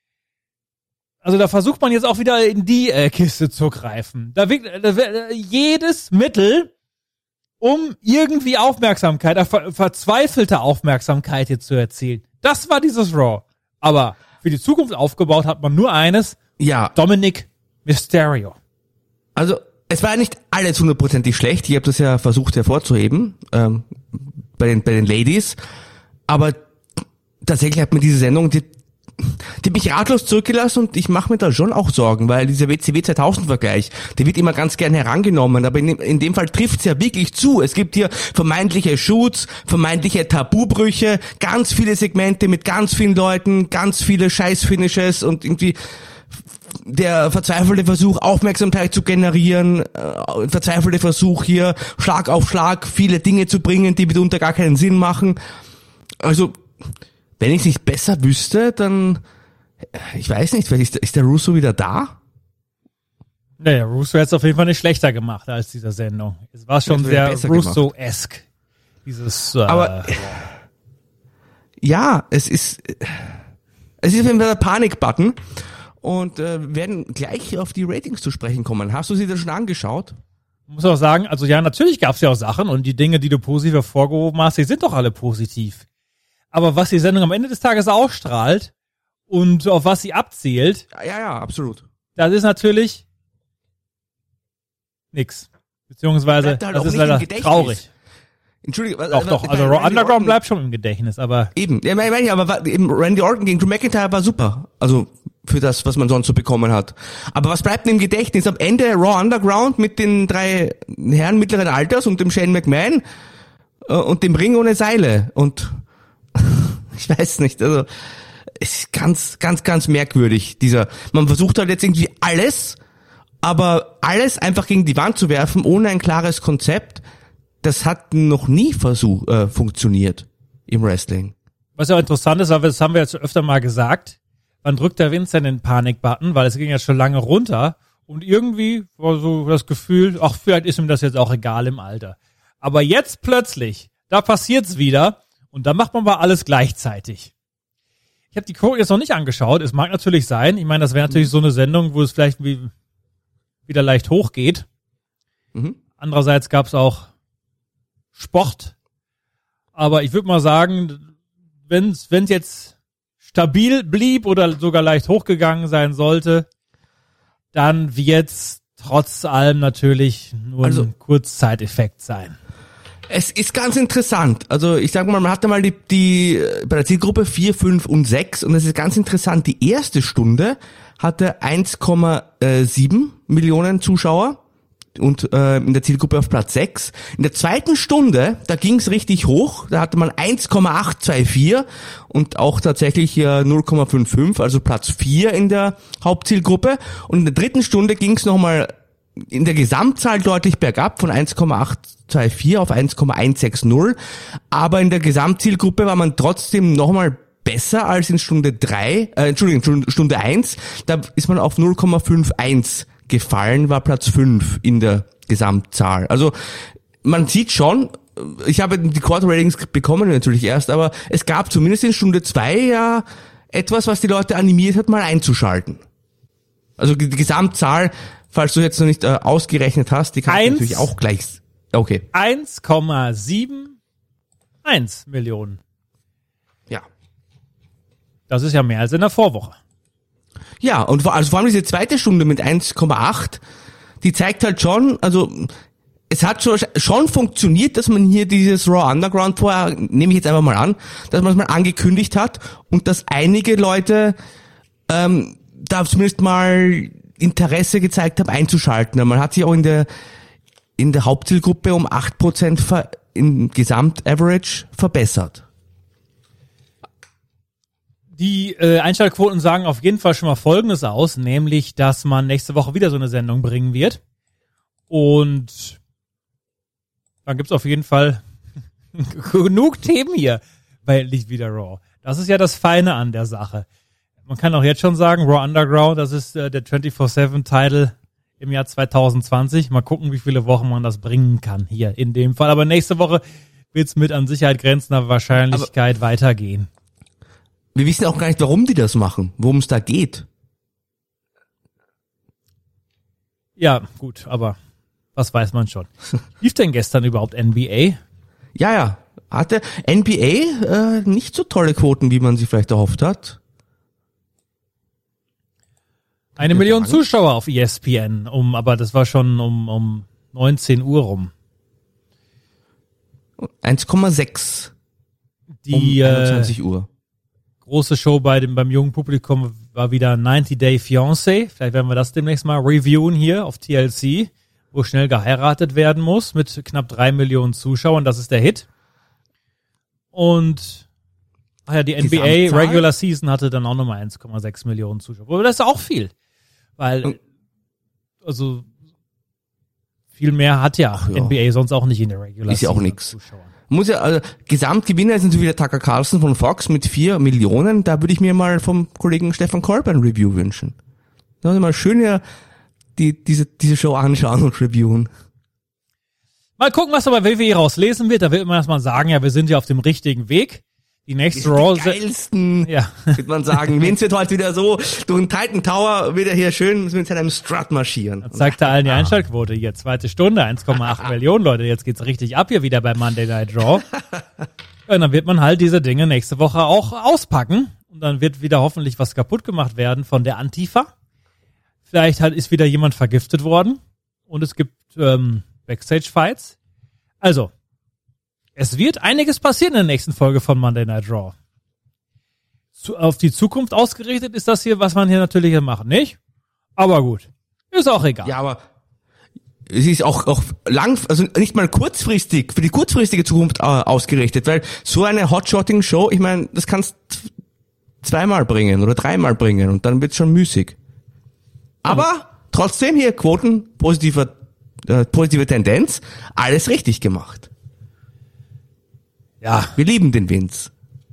Also da versucht man jetzt auch wieder in die äh, Kiste zu greifen. Da wird äh, jedes Mittel, um irgendwie Aufmerksamkeit, äh, ver- verzweifelte Aufmerksamkeit hier zu erzielen. Das war dieses Raw. Aber für die Zukunft aufgebaut hat man nur eines. Ja. Dominic Mysterio. Also es war ja nicht alles hundertprozentig schlecht. Ich habe das ja versucht hervorzuheben ähm, bei den bei den Ladies. Aber tatsächlich hat mir diese Sendung die Die hat mich ratlos zurückgelassen, und ich mache mir da schon auch Sorgen, weil dieser W C W zweitausend-Vergleich, der wird immer ganz gern herangenommen, aber in dem, in dem Fall trifft's ja wirklich zu. Es gibt hier vermeintliche Shoots, vermeintliche Tabubrüche, ganz viele Segmente mit ganz vielen Leuten, ganz viele Scheiß-Finishes und irgendwie der verzweifelte Versuch, Aufmerksamkeit zu generieren, äh, verzweifelte Versuch hier, Schlag auf Schlag, viele Dinge zu bringen, die mitunter gar keinen Sinn machen. Also wenn ich es nicht besser wüsste, dann, ich weiß nicht, ist, ist der Russo wieder da? Naja, Russo hat es auf jeden Fall nicht schlechter gemacht als diese Sendung. Es war schon sehr Russo-esque. Dieses, äh, Aber, ja, es ist, es ist auf jeden Fall der Panik-Button, und äh, werden gleich auf die Ratings zu sprechen kommen. Hast du sie da schon angeschaut? Ich muss auch sagen, also ja, natürlich gab es ja auch Sachen, und die Dinge, die du positiv hervorgehoben hast, die sind doch alle positiv. Aber was die Sendung am Ende des Tages ausstrahlt und auf was sie abzielt, ja, ja, absolut. Das ist natürlich nix. Beziehungsweise, halt das ist leider traurig. Entschuldige, was, doch, doch, also Raw Underground Orton bleibt schon im Gedächtnis, aber... Eben, ja, meine ich, aber eben Randy Orton gegen Drew McIntyre war super. Also, für das, was man sonst so bekommen hat. Aber was bleibt denn im Gedächtnis? Am Ende Raw Underground mit den drei Herren mittleren Alters und dem Shane McMahon äh, und dem Ring ohne Seile. Und ich weiß nicht, also es ist ganz, ganz, ganz merkwürdig, dieser, man versucht halt jetzt irgendwie alles, aber alles einfach gegen die Wand zu werfen, ohne ein klares Konzept, das hat noch nie versuch, äh, funktioniert im Wrestling. Was ja interessant ist, aber das haben wir jetzt öfter mal gesagt, wann drückt der Vince denn den Panik-Button, weil es ging ja schon lange runter, und irgendwie war so das Gefühl, ach, vielleicht ist ihm das jetzt auch egal im Alter. Aber jetzt plötzlich, da passiert's wieder, und dann macht man mal alles gleichzeitig. Ich habe die Quote jetzt noch nicht angeschaut. Es mag natürlich sein. Ich meine, das wäre natürlich so eine Sendung, wo es vielleicht wie, wieder leicht hochgeht. Mhm. Andererseits gab es auch Sport. Aber ich würde mal sagen, wenn es jetzt stabil blieb oder sogar leicht hochgegangen sein sollte, dann wird es trotz allem natürlich nur also, ein Kurzzeiteffekt sein. Es ist ganz interessant. Also ich sag mal, man hatte mal die, die bei der Zielgruppe vier, fünf und sechs, und es ist ganz interessant. Die erste Stunde hatte eins Komma sieben Millionen Zuschauer, und äh, in der Zielgruppe auf Platz sechs. In der zweiten Stunde, da ging's richtig hoch, da hatte man eins Komma acht zwei vier und auch tatsächlich äh, null Komma fünf fünf, also Platz vier in der Hauptzielgruppe. Und in der dritten Stunde ging's nochmal in der Gesamtzahl deutlich bergab, von eins Komma acht zwei vier auf eins Komma eins sechs null, aber in der Gesamtzielgruppe war man trotzdem nochmal besser als in Stunde drei, äh, Entschuldigung, Stunde eins, da ist man auf null Komma fünf eins gefallen, war Platz fünf in der Gesamtzahl. Also man sieht schon, ich habe die Quarter-Ratings bekommen natürlich erst, aber es gab zumindest in Stunde zwei ja etwas, was die Leute animiert hat, mal einzuschalten. Also die Gesamtzahl, falls du jetzt noch nicht äh, ausgerechnet hast, die kannst du natürlich auch gleich... Okay. eins Komma sieben eins Millionen. Ja. Das ist ja mehr als in der Vorwoche. Ja, und vor, also vor allem diese zweite Stunde mit eins Komma acht, die zeigt halt schon, also es hat schon, schon funktioniert, dass man hier dieses Raw Underground vorher, nehme ich jetzt einfach mal an, dass man es mal angekündigt hat und dass einige Leute ähm, da zumindest mal Interesse gezeigt haben, einzuschalten. Man hat sich auch in der in der Hauptzielgruppe um acht Prozent ver, im Gesamt-Average verbessert. Die äh, Einschaltquoten sagen auf jeden Fall schon mal Folgendes aus, nämlich, dass man nächste Woche wieder so eine Sendung bringen wird. Und dann gibt's auf jeden Fall genug Themen hier bei Endlich wieder Raw. Das ist ja das Feine an der Sache. Man kann auch jetzt schon sagen, Raw Underground, das ist äh, der vierundzwanzig sieben Title im Jahr zwanzig zwanzig. Mal gucken, wie viele Wochen man das bringen kann hier in dem Fall. Aber nächste Woche wird's mit an Sicherheit grenzender Wahrscheinlichkeit Aber weitergehen. Wir wissen auch gar nicht, warum die das machen, worum es da geht. Ja, gut, aber was weiß man schon. Lief denn gestern überhaupt N B A? Ja, ja. Hatte N B A äh, nicht so tolle Quoten, wie man sie vielleicht erhofft hat. Eine Million Zuschauer auf E S P N, um, aber das war schon um, um neunzehn Uhr rum. eins Komma sechs Die um einundzwanzig Uhr. Äh, große Show bei dem, beim jungen Publikum war wieder ninety Day Fiancé. Vielleicht werden wir das demnächst mal reviewen hier auf T L C, wo schnell geheiratet werden muss mit knapp drei Millionen Zuschauern. Das ist der Hit. Und ach ja, die N B A Gesamtzahl? Regular Season hatte dann auch nochmal eins Komma sechs Millionen Zuschauer. Aber das ist auch viel. Weil, also, viel mehr hat ja, Ach ja. N B A sonst auch nicht in der Regular Ist ja Season. auch nix. Muss ja, also, Gesamtgewinner sind so wie der Tucker Carlson von Fox mit vier Millionen. Da würde ich mir mal vom Kollegen Stefan Kolb ein Review wünschen. Da muss ich mal schön ja die, diese, diese Show anschauen und reviewen. Mal gucken, was aber W W E rauslesen wird. Da wird man erstmal sagen, ja, wir sind ja auf dem richtigen Weg. Die nächste Raw... Die geilsten, ja. würde man sagen. Vince wird heute wieder so durch den Titan Tower wieder hier schön mit seinem Strut marschieren. Das zeigt er allen die Einschaltquote hier. Zweite Stunde, eins Komma acht Millionen, Leute. Jetzt geht's richtig ab hier wieder bei Monday Night Raw. Und dann wird man halt diese Dinge nächste Woche auch auspacken. Und dann wird wieder hoffentlich was kaputt gemacht werden von der Antifa. Vielleicht halt ist wieder jemand vergiftet worden. Und es gibt ähm, Backstage-Fights. Also... Es wird einiges passieren in der nächsten Folge von Monday Night Raw. Zu, auf die Zukunft ausgerichtet ist das hier, was man hier natürlich machen, nicht? Aber gut. Ist auch egal. Ja, aber es ist auch, auch lang, also nicht mal kurzfristig, für die kurzfristige Zukunft äh, ausgerichtet, weil so eine Hotshotting-Show, ich meine, das kannst zweimal bringen oder dreimal bringen und dann wird's schon müßig. Aber mhm. trotzdem hier Quoten, positiver, äh, positive Tendenz, alles richtig gemacht. Ja. Wir lieben den Vince.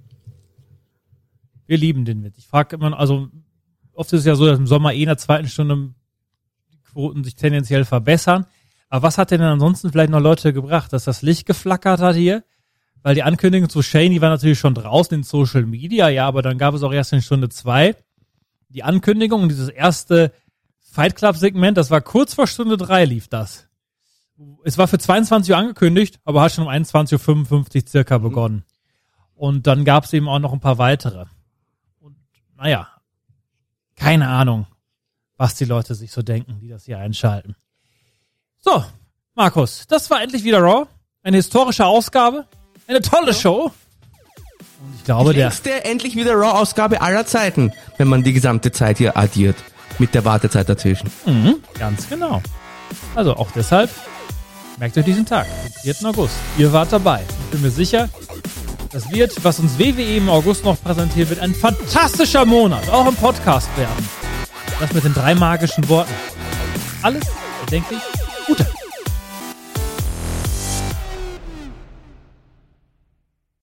Wir lieben den Vince. Ich frage immer, also oft ist es ja so, dass im Sommer eh in der zweiten Stunde die Quoten sich tendenziell verbessern. Aber was hat denn ansonsten vielleicht noch Leute gebracht, dass das Licht geflackert hat hier? Weil die Ankündigung zu Shane, die war natürlich schon draußen in Social Media, ja, aber dann gab es auch erst in Stunde zwei die Ankündigung, dieses erste Fight Club Segment, das war kurz vor Stunde drei lief das. Es war für zweiundzwanzig Uhr angekündigt, aber hat schon um einundzwanzig Uhr fünfundfünfzig circa begonnen. Und dann gab es eben auch noch ein paar weitere. Und naja, keine Ahnung, was die Leute sich so denken, die das hier einschalten. So, Markus, das war endlich wieder Raw. Eine historische Ausgabe, eine tolle Show. Und ich glaube, die längste der endlich wieder Raw-Ausgabe aller Zeiten, wenn man die gesamte Zeit hier addiert. Mit der Wartezeit dazwischen. Mhm, ganz genau. Also auch deshalb, merkt euch diesen Tag, den vierten August. Ihr wart dabei. Ich bin mir sicher, das wird, was uns W W E im August noch präsentiert wird, ein fantastischer Monat, auch im Podcast werden. Das mit den drei magischen Worten. Alles bedenklich Gute.